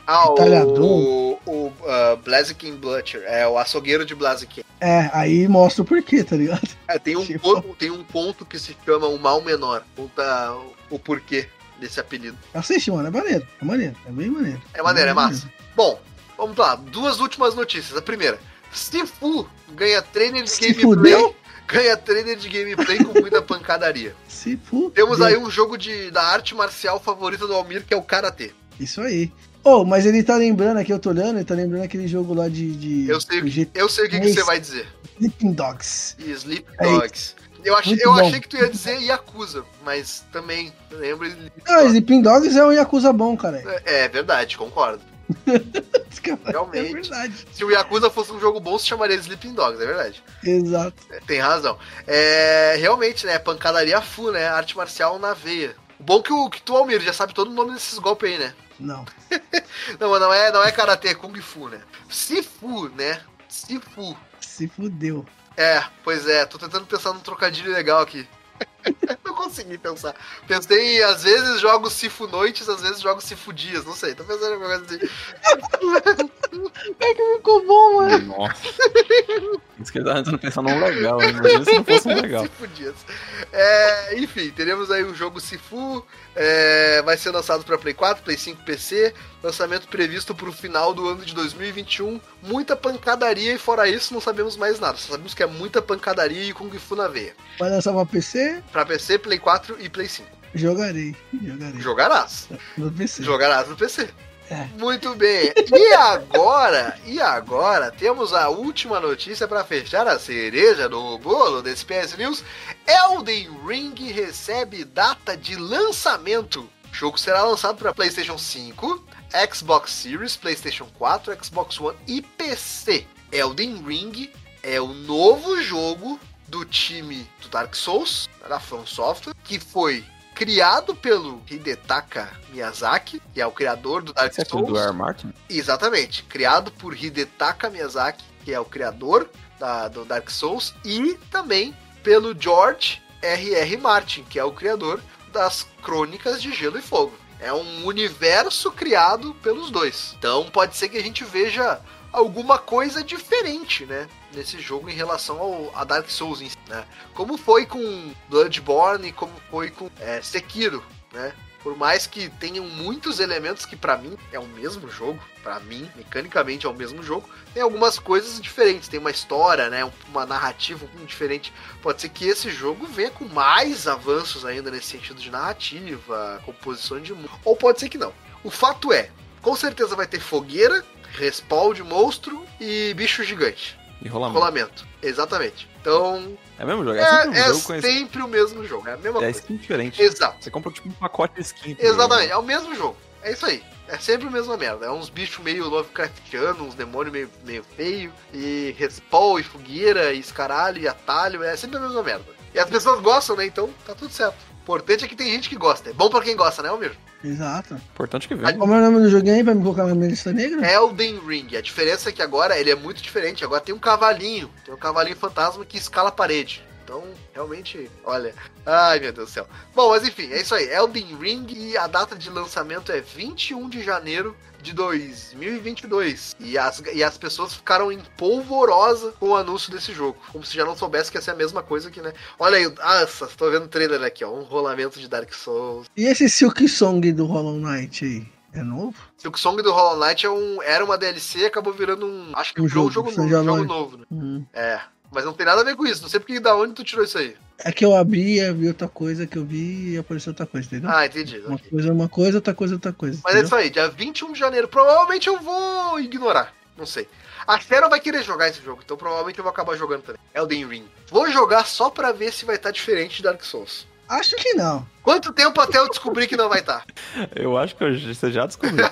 O Blaziken Butcher, o açougueiro de Blaziken. Aí mostra o porquê, tá ligado? Tem um ponto que se chama O Mal Menor. Conta o porquê desse apelido. Assiste, mano, é maneiro, é bem maneiro. É maneiro, é massa. Bom, vamos lá, 2 últimas notícias. A primeira, Sifu ganha trainer de gameplay. Ganha trainer de gameplay com muita pancadaria. Sifu. Temos aí um jogo da arte marcial favorita do Almir, que é o Karatê. Isso aí. Mas ele tá lembrando aqui, eu tô olhando, ele tá lembrando aquele jogo lá de eu sei o que você vai dizer. Sleeping Dogs. Sleeping Dogs. Eu achei que tu ia dizer Yakuza, mas também lembro. Sleeping Dogs é um Yakuza bom, cara. É verdade, concordo. Realmente. É verdade. Se o Yakuza fosse um jogo bom, se chamaria Sleeping Dogs, é verdade. Exato. Tem razão. Realmente, né? Pancadaria full, né? Arte marcial na veia. O bom que tu, Almir, já sabe todo o nome desses golpes aí, né? Não. não é karatê, é kung fu, né? Sifu, né? Sifu. Se fudeu. Pois é, tô tentando pensar num trocadilho legal aqui. Não consegui pensar. Pensei, às vezes jogo Sifu noites, às vezes jogo Sifu dias, não sei. Tô pensando em alguma coisa assim. É que ficou bom, mano. Nossa. Isso que ele tá tentando pensar num legal, hein? Imagina se não fosse um legal. Sifu Dias. Enfim, teremos aí o jogo Sifu. Vai ser lançado para Play 4, Play 5, PC. Lançamento previsto para o final do ano de 2021. Muita pancadaria e fora isso não sabemos mais nada. Só sabemos que é muita pancadaria e Kung Fu na veia. Vai lançar pra PC? Para PC, Play 4 e Play 5. Jogarei. Jogarás. No PC. Jogarás no PC. É. Muito bem. E agora temos a última notícia para fechar a cereja do bolo desse PS News. Elden Ring recebe data de lançamento. O jogo será lançado para PlayStation 5, Xbox Series, PlayStation 4, Xbox One e PC. Elden Ring é o novo jogo do time do Dark Souls, da From Software, que foi criado pelo Hidetaka Miyazaki, que é o criador do Dark Esse é Souls. do R. Martin? Exatamente. Criado por Hidetaka Miyazaki, que é o criador do Dark Souls, e também pelo George R.R. Martin, que é o criador das Crônicas de Gelo e Fogo. É um universo criado pelos dois. Então pode ser que a gente veja alguma coisa diferente, né, nesse jogo em relação a Dark Souls em si, né? Como foi com Bloodborne e como foi com Sekiro, né? Por mais que tenham muitos elementos que pra mim é o mesmo jogo, pra mim, mecanicamente é o mesmo jogo, tem algumas coisas diferentes, tem uma história, né, uma narrativa um pouco diferente. Pode ser que esse jogo venha com mais avanços ainda nesse sentido de narrativa, composição de mundo, ou pode ser que não. O fato é, com certeza vai ter fogueira, respawn de monstro e bicho gigante. E rolamento. Rolamento, exatamente. Então, É o mesmo jogo? É sempre o mesmo jogo, é a mesma É coisa. skin diferente. Exato. Você compra tipo um pacote de skin. Também, Exatamente, né? é o mesmo jogo. É isso aí. É sempre a mesma merda. É uns bichos meio Lovecraftianos, uns demônios meio feio, e respawn, e fogueira, e escaralho, e atalho. É sempre a mesma merda. E as pessoas gostam, né? Então tá tudo certo. O importante é que tem gente que gosta. É bom pra quem gosta, né, Almir? Exato. Importante que vem. Como é o nome do joguinho aí pra me colocar na minha lista negra? Elden Ring. A diferença é que agora ele é muito diferente. Agora tem um cavalinho. Tem um cavalinho fantasma que escala a parede. Então, realmente, olha. Ai, meu Deus do céu. Bom, mas enfim, é isso aí. Elden Ring e a data de lançamento é 21 de janeiro de 2022. E as pessoas ficaram em polvorosa com o anúncio desse jogo. Como se já não soubesse que ia ser a mesma coisa que, né? Olha aí, nossa, tô vendo o trailer aqui, ó. Um rolamento de Dark Souls. E esse Silk Song do Hollow Knight aí? É novo? Silk Song do Hollow Knight era uma DLC e acabou virando um. Acho que virou um jogo novo, né? É. Mas não tem nada a ver com isso. Não sei porque da onde tu tirou isso aí. É que eu abri e vi outra coisa que eu vi e apareceu outra coisa, entendeu? Ah, entendi. Uma Okay. coisa é uma coisa, outra coisa é outra coisa. Mas entendeu? é isso aí, dia 21 de janeiro. Provavelmente eu vou ignorar. Não sei. A Sharon vai querer jogar esse jogo, então provavelmente eu vou acabar jogando também. Elden Ring. Vou jogar só pra ver se vai estar diferente de Dark Souls. Acho que não. Quanto tempo até eu descobrir que não vai estar? Eu acho que você já descobriu.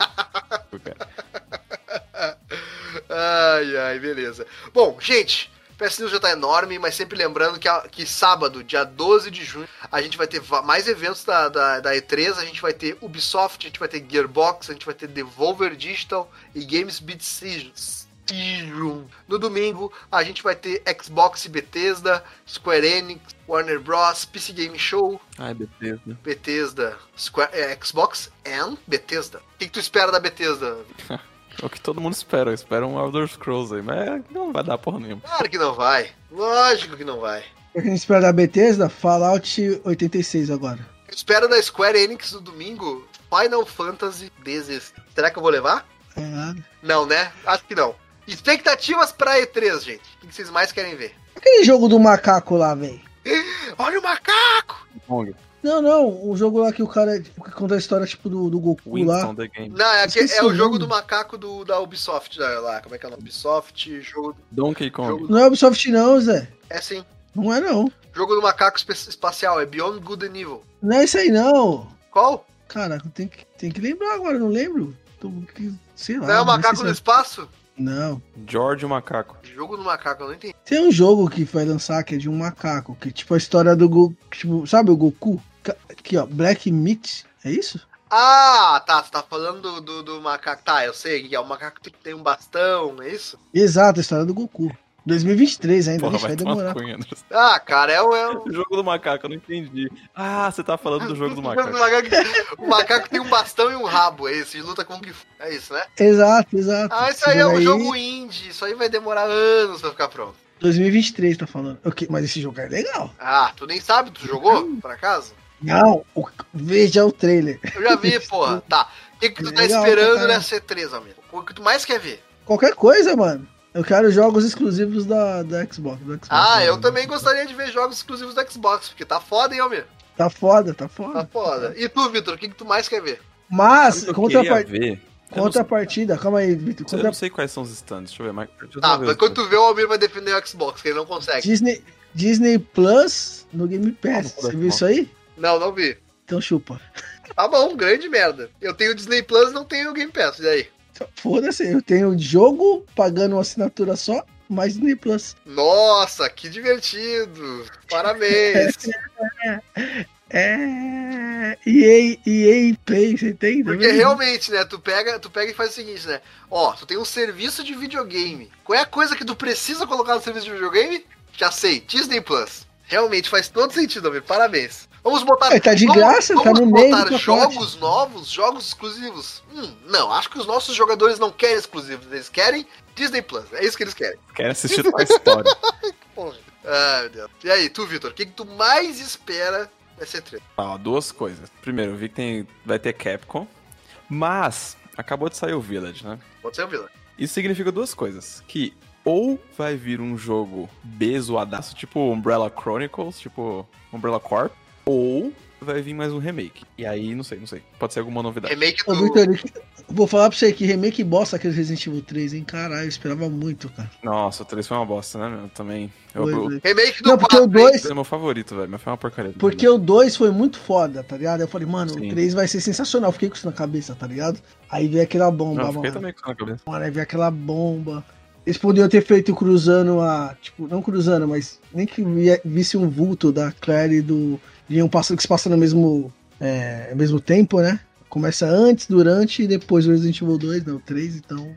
Ai, beleza. Bom, gente, o PS News já tá enorme, mas sempre lembrando que sábado, dia 12 de junho, a gente vai ter mais eventos da E3, a gente vai ter Ubisoft, a gente vai ter Gearbox, a gente vai ter Devolver Digital e Games Beat Season. No domingo, a gente vai ter Xbox e Bethesda, Square Enix, Warner Bros, PC Game Show, Ai, Bethesda, Xbox and Bethesda. O que tu espera da Bethesda? É o que todo mundo espera. Espera um Elder Scrolls aí, mas não vai dar porra nenhuma. Claro que não vai. Lógico que não vai. Pra quem espera da Bethesda, Fallout 86 agora. Eu espero da Square Enix no domingo Final Fantasy XVI. Será que eu vou levar? É nada. Não, né? Acho que não. Expectativas pra E3, gente. O que vocês mais querem ver? Aquele jogo do macaco lá, velho. Olha o macaco! Long. Não, o jogo lá que o cara que conta a história tipo do Goku lá. Winston The Game. Não, Esqueci é o o jogo nome. do macaco da Ubisoft. Lá, como é que é o nome? Ubisoft, jogo... Donkey Kong. Não é Ubisoft não, Zé. É sim. Não é não. Jogo do macaco espacial. É Beyond Good and Evil. Não é isso aí não. Qual? Cara, tem que lembrar agora, não lembro. Sei lá. Não é o macaco sei no se espaço? Não. George o Macaco. Jogo do macaco, eu não entendi. Tem um jogo que vai lançar que é de um macaco, que tipo a história do Goku, tipo, sabe o Goku? Aqui ó, Black Meat, é isso? Ah, tá. Você tá falando do macaco. Tá, eu sei que é o macaco que tem um bastão, é isso? Exato, a história do Goku. 2023 ainda, Porra, deixa, vai vai tomar demorar. cunha, Anderson. Ah, cara, é o O jogo do macaco, eu não entendi. Ah, você tá falando do jogo do o macaco. o macaco tem um bastão e um rabo, é isso, e luta com Kung Fu. É isso, né? Exato. Ah, isso Esse aí é um aí, jogo indie, isso aí vai demorar anos pra ficar pronto. 2023 tá falando. Ok, mas esse jogo é legal. Ah, tu nem sabe, tu jogou, por acaso? Não, veja o trailer. Eu já vi, porra. Tá. O que tu tá Legal, esperando cara. nessa E3, amigo? O que tu mais quer ver? Qualquer coisa, mano. Eu quero jogos exclusivos da Xbox. Do Xbox, Ah, eu né? também gostaria de ver jogos exclusivos do Xbox, porque tá foda, hein, Almir? Tá foda. Tá foda. E tu, Vitor, o que tu mais quer ver? Mas, Sabe o que eu queria ver? Eu não contrapartida, calma aí, Vitor. sei- Eu não sei quais são os stands. Deixa eu ver. Deixa eu Tá, ver mas os quando tu vê, o Almir vai defender o Xbox, que ele não consegue. Disney Plus no Game Pass. Como Você viu isso aí? Não vi. Então chupa. Tá bom, grande merda. Eu tenho o Disney Plus, não tenho o Game Pass, e aí? Foda-se, eu tenho jogo pagando uma assinatura só, mais Disney Plus. Nossa, que divertido. Parabéns. EA Play, você tem? Porque realmente, né, tu pega e faz o seguinte, né? Ó, tu tem um serviço de videogame. Qual é a coisa que tu precisa colocar no serviço de videogame? Já sei, Disney Plus. Realmente faz todo sentido, amigo. Parabéns. Vamos botar. Tá de graça, tá no meio do botar pacote. jogos novos, jogos exclusivos. Não, acho que os nossos jogadores não querem exclusivos. Eles querem Disney Plus. É isso que eles querem. Quero assistir Toy Story. Porra. Ai, meu Deus. E aí, tu, Vitor, o que tu mais espera nessa E3? Ó, duas coisas. Primeiro, eu vi que vai ter Capcom, mas acabou de sair o Village, né? Pode ser o Vila. Isso significa duas coisas. Que ou vai vir um jogo B zoadaço, tipo Umbrella Chronicles, tipo Umbrella Corp, ou vai vir mais um remake. E aí, não sei. Pode ser alguma novidade. Remake Ô, do. Vitor, vou falar pra você que remake bosta aquele Resident Evil 3, hein? Caralho, eu esperava muito, cara. Nossa, o 3 foi uma bosta, né, meu? Também. Foi. Remake do Não, porque 4, o 2. É meu favorito, velho, mas foi uma porcaria. Porque o 2 foi muito foda, tá ligado? Eu falei, mano, Sim. o 3 vai ser sensacional. Fiquei com isso na cabeça, tá ligado? Aí veio aquela bomba, Não, eu fiquei mano. também com isso na cabeça. Mano, aí veio aquela bomba. Eles poderiam ter feito cruzando a. Tipo, não cruzando, mas nem que visse um vulto da Claire e do. De um pássaro que se passa no mesmo tempo, né? Começa antes, durante e depois o Resident Evil 2, não, o 3, então.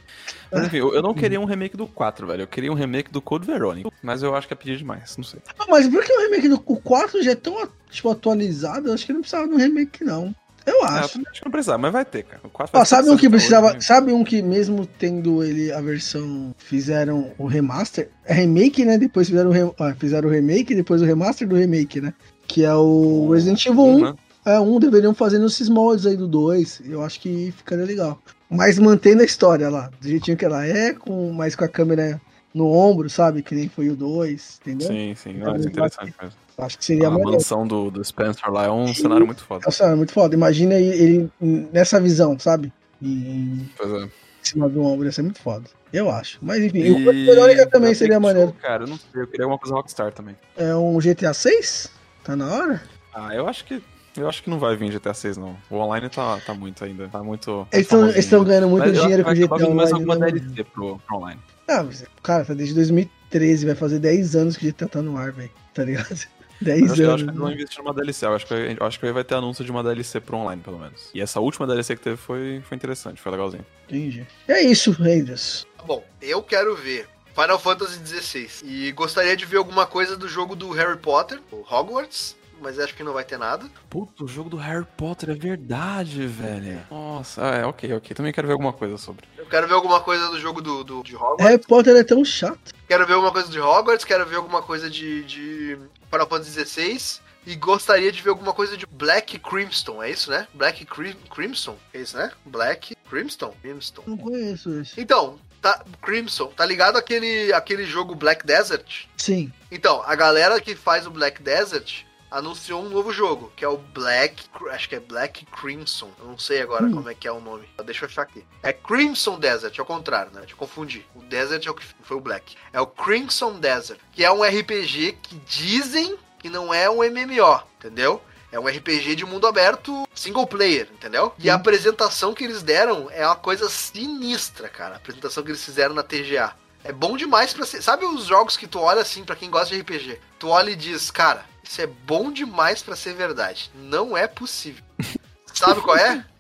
Mas enfim, eu não queria um remake do 4, velho. Eu queria um remake do Code Veronica. Mas eu acho que é pedir demais, não sei. Ah, mas por que o remake do 4 já é tão tipo, atualizado? Eu acho que não precisava de um remake, não. Eu acho. Acho que não precisava, mas vai ter, cara. O 4 vai Ó, ter sabe um que sair precisava. hoje, né? Sabe um que mesmo tendo ele a versão. Fizeram o remaster? É remake, né? Depois fizeram fizeram o remake, depois o remaster do remake, né? Que é o Resident Evil 1. Né? Deveriam fazer nesses moldes aí do 2. Eu acho que ficaria legal. Mas mantendo a história lá, do jeitinho que ela é, mas com a câmera no ombro, sabe? Que nem foi o 2, entendeu? Sim. Não, isso é interessante mesmo. Acho que seria A melhor. mansão do Spencer lá é um cenário muito foda. Nossa, é muito foda. Imagina ele nessa visão, sabe? Em Pois é. cima do ombro, ia ser muito foda. Eu acho. Mas enfim, e o Code Verônica também seria maneiro. Cara, eu não sei, eu queria alguma coisa Rockstar também. É um GTA 6? Tá na hora? Ah, eu acho que não vai vir GTA 6, não. O online tá muito ainda. Tá muito. Eles famosinho. estão ganhando muito Mas eu dinheiro com acho o que vai GTA acabar vindo mais Online. alguma Né, mano? DLC pro online. Ah, mas, cara, tá desde 2013, vai fazer 10 anos que o GTA tá no ar, velho. Tá ligado? 10 Mas eu anos. acho que eles vão investir numa DLC. Eu acho que vai ter anúncio de uma DLC pro online, pelo menos. E essa última DLC que teve foi interessante, foi legalzinho. Entendi. É isso, Raiders. Tá bom, eu quero ver Final Fantasy XVI. E gostaria de ver alguma coisa do jogo do Harry Potter, o Hogwarts. Mas acho que não vai ter nada. Puta, o jogo do Harry Potter é verdade, velho. Nossa, ok. Também quero ver alguma coisa sobre. Eu quero ver alguma coisa do jogo de Hogwarts. Harry Potter é tão chato. Quero ver alguma coisa de Hogwarts. Quero ver alguma coisa de Final Fantasy XVI. E gostaria de ver alguma coisa de Black Crimson. É isso, né? Black Crimson. É isso, né? Black Crimson. Não conheço esse. Então, Crimson. Tá ligado aquele jogo Black Desert? Sim. Então, a galera que faz o Black Desert anunciou um novo jogo, que é o acho que é Black Crimson. Eu não sei agora como é que é o nome. Deixa eu achar aqui. É Crimson Desert, ao contrário, né? Deixa eu confundir. O Desert é o que foi o Black. É o Crimson Desert, que é um RPG que dizem que não é um MMO, entendeu? É um RPG de mundo aberto, single player, entendeu? E a apresentação que eles deram é uma coisa sinistra, cara. A apresentação que eles fizeram na TGA. É bom demais pra ser... Sabe os jogos que tu olha assim, pra quem gosta de RPG? Tu olha e diz, cara, isso é bom demais pra ser verdade. Não é possível. Sabe qual é?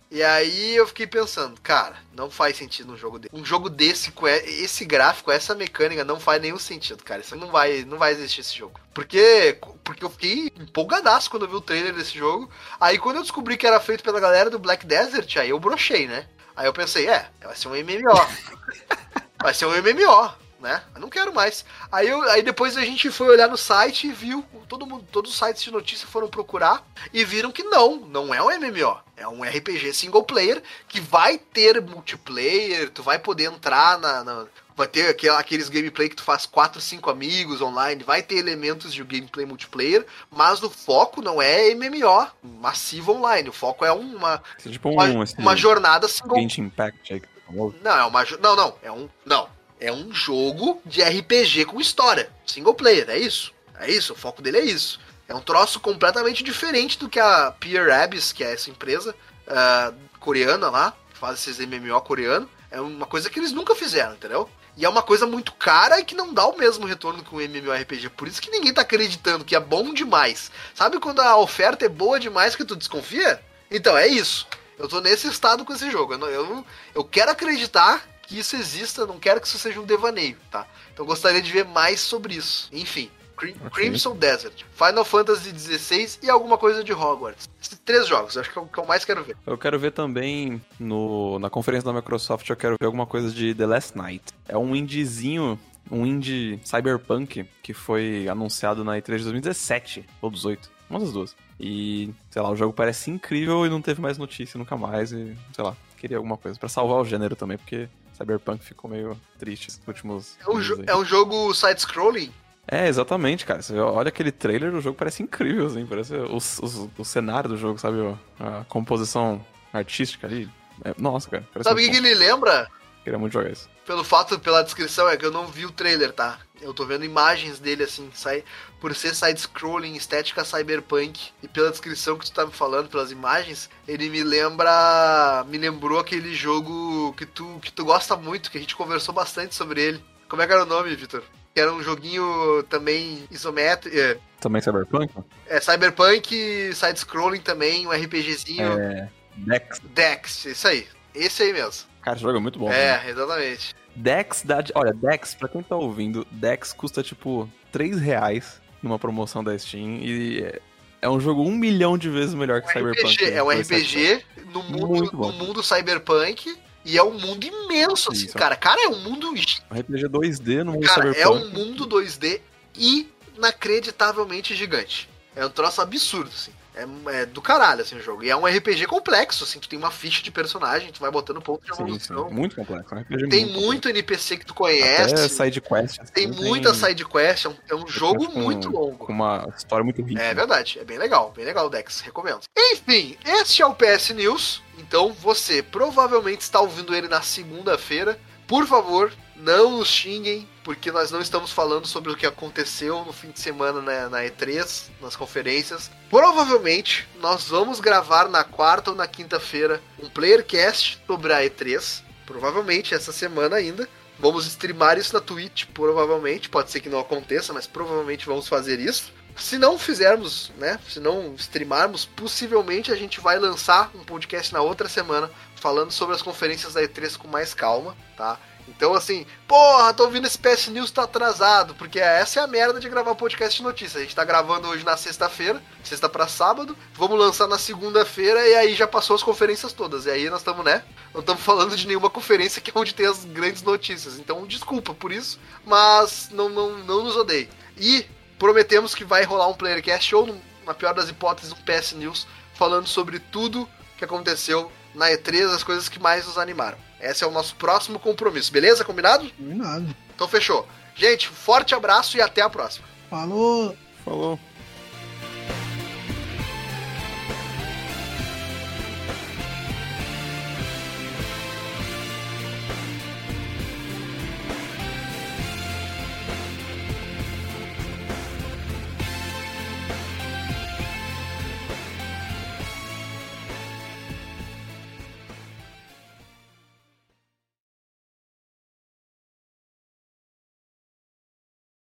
E aí eu fiquei pensando, cara, não faz sentido um jogo desse com esse gráfico, essa mecânica, não faz nenhum sentido, cara. Isso não vai existir esse jogo. Porque eu fiquei empolgadaço quando eu vi o trailer desse jogo. Aí quando eu descobri que era feito pela galera do Black Desert, aí eu brochei, né? Aí eu pensei, vai ser um MMO. Vai ser um MMO, né? Eu não quero mais. Aí depois a gente foi olhar no site e viu, todos os sites de notícia foram procurar e viram que não é um MMO. É um RPG single player que vai ter multiplayer, tu vai poder entrar vai ter aqueles gameplay que tu faz 4, 5 amigos online, vai ter elementos de gameplay multiplayer, mas o foco não é MMO massivo online, o foco é uma jornada single player. Genshin Impact. É um jogo de RPG com história, single player, é isso, o foco dele é isso. É um troço completamente diferente do que a Peer Abyss, que é essa empresa coreana lá, que faz esses MMO coreano. É uma coisa que eles nunca fizeram, entendeu? E é uma coisa muito cara e que não dá o mesmo retorno que um MMORPG. Por isso que ninguém tá acreditando que é bom demais. Sabe quando a oferta é boa demais que tu desconfia? Então, é isso. Eu tô nesse estado com esse jogo. Eu quero acreditar que isso exista, não quero que isso seja um devaneio, tá? Então eu gostaria de ver mais sobre isso. Enfim. Crimson Desert, Final Fantasy XVI e alguma coisa de Hogwarts. Esses 3 jogos, acho que é o que eu mais quero ver. Eu quero ver também, na conferência da Microsoft, eu quero ver alguma coisa de The Last Night. É um indiezinho, um indie cyberpunk que foi anunciado na E3 de 2017, ou 18, uma das duas. E, sei lá, o jogo parece incrível e não teve mais notícia nunca mais e, sei lá, queria alguma coisa pra salvar o gênero também, porque Cyberpunk ficou meio triste nos últimos É um jogo side-scrolling? É, exatamente, cara. Você olha aquele trailer, o jogo parece incrível, assim. Parece o cenário do jogo, sabe? A composição artística ali. Nossa, cara. Sabe o que ele lembra? Queria muito jogar isso. Pela descrição, é que eu não vi o trailer, tá? Eu tô vendo imagens dele, assim, por ser side-scrolling, estética cyberpunk, e pela descrição que tu tá me falando, pelas imagens, ele me lembrou aquele jogo que tu gosta muito, que a gente conversou bastante sobre ele. Como é que era o nome, Vitor? Que era um joguinho também isométrico. Também Cyberpunk? Cyberpunk, side-scrolling também, um RPGzinho. Dex, isso aí. Esse aí mesmo. Cara, esse jogo é muito bom. Né? Exatamente. Olha, Dex, pra quem tá ouvindo, Dex custa tipo R$3 numa promoção da Steam e é um jogo 1 milhão de vezes melhor que Cyberpunk. É um RPG no mundo cyberpunk. E é um mundo imenso, assim, cara. Cara, é um mundo... Um RPG 2D no mundo cyberpunk. É um mundo 2D inacreditavelmente gigante. É um troço absurdo, assim. É do caralho, assim, o jogo. E é um RPG complexo, assim. Tu tem uma ficha de personagem, tu vai botando ponto de evolução. Sim. Muito complexo. Tem muito NPC que tu conhece. Até side quest. Tem muita side quest. É um jogo muito longo. Com uma história muito rica. É verdade. É bem legal o Dex. Recomendo. Enfim, este é o PS News. Então, você provavelmente está ouvindo ele na segunda-feira. Por favor, não nos xinguem, porque nós não estamos falando sobre o que aconteceu no fim de semana na E3, nas conferências. Provavelmente, nós vamos gravar na quarta ou na quinta-feira um Playercast sobre a E3. Provavelmente, essa semana ainda. Vamos streamar isso na Twitch, provavelmente. Pode ser que não aconteça, mas provavelmente vamos fazer isso. Se não fizermos, né? Se não streamarmos, possivelmente a gente vai lançar um podcast na outra semana falando sobre as conferências da E3 com mais calma, tá? Então, assim, porra, tô ouvindo esse PS News, tá atrasado, porque essa é a merda de gravar podcast de notícias. A gente tá gravando hoje na sexta-feira, sexta pra sábado, vamos lançar na segunda-feira e aí já passou as conferências todas. E aí nós estamos, né? Não estamos falando de nenhuma conferência que é onde tem as grandes notícias. Então, desculpa por isso, mas não nos odeie. E prometemos que vai rolar um Playercast ou, na pior das hipóteses, um PS News falando sobre tudo que aconteceu na E3, as coisas que mais nos animaram. Esse é o nosso próximo compromisso, beleza? Combinado? Combinado. Então fechou. Gente, forte abraço e até a próxima. Falou! Falou.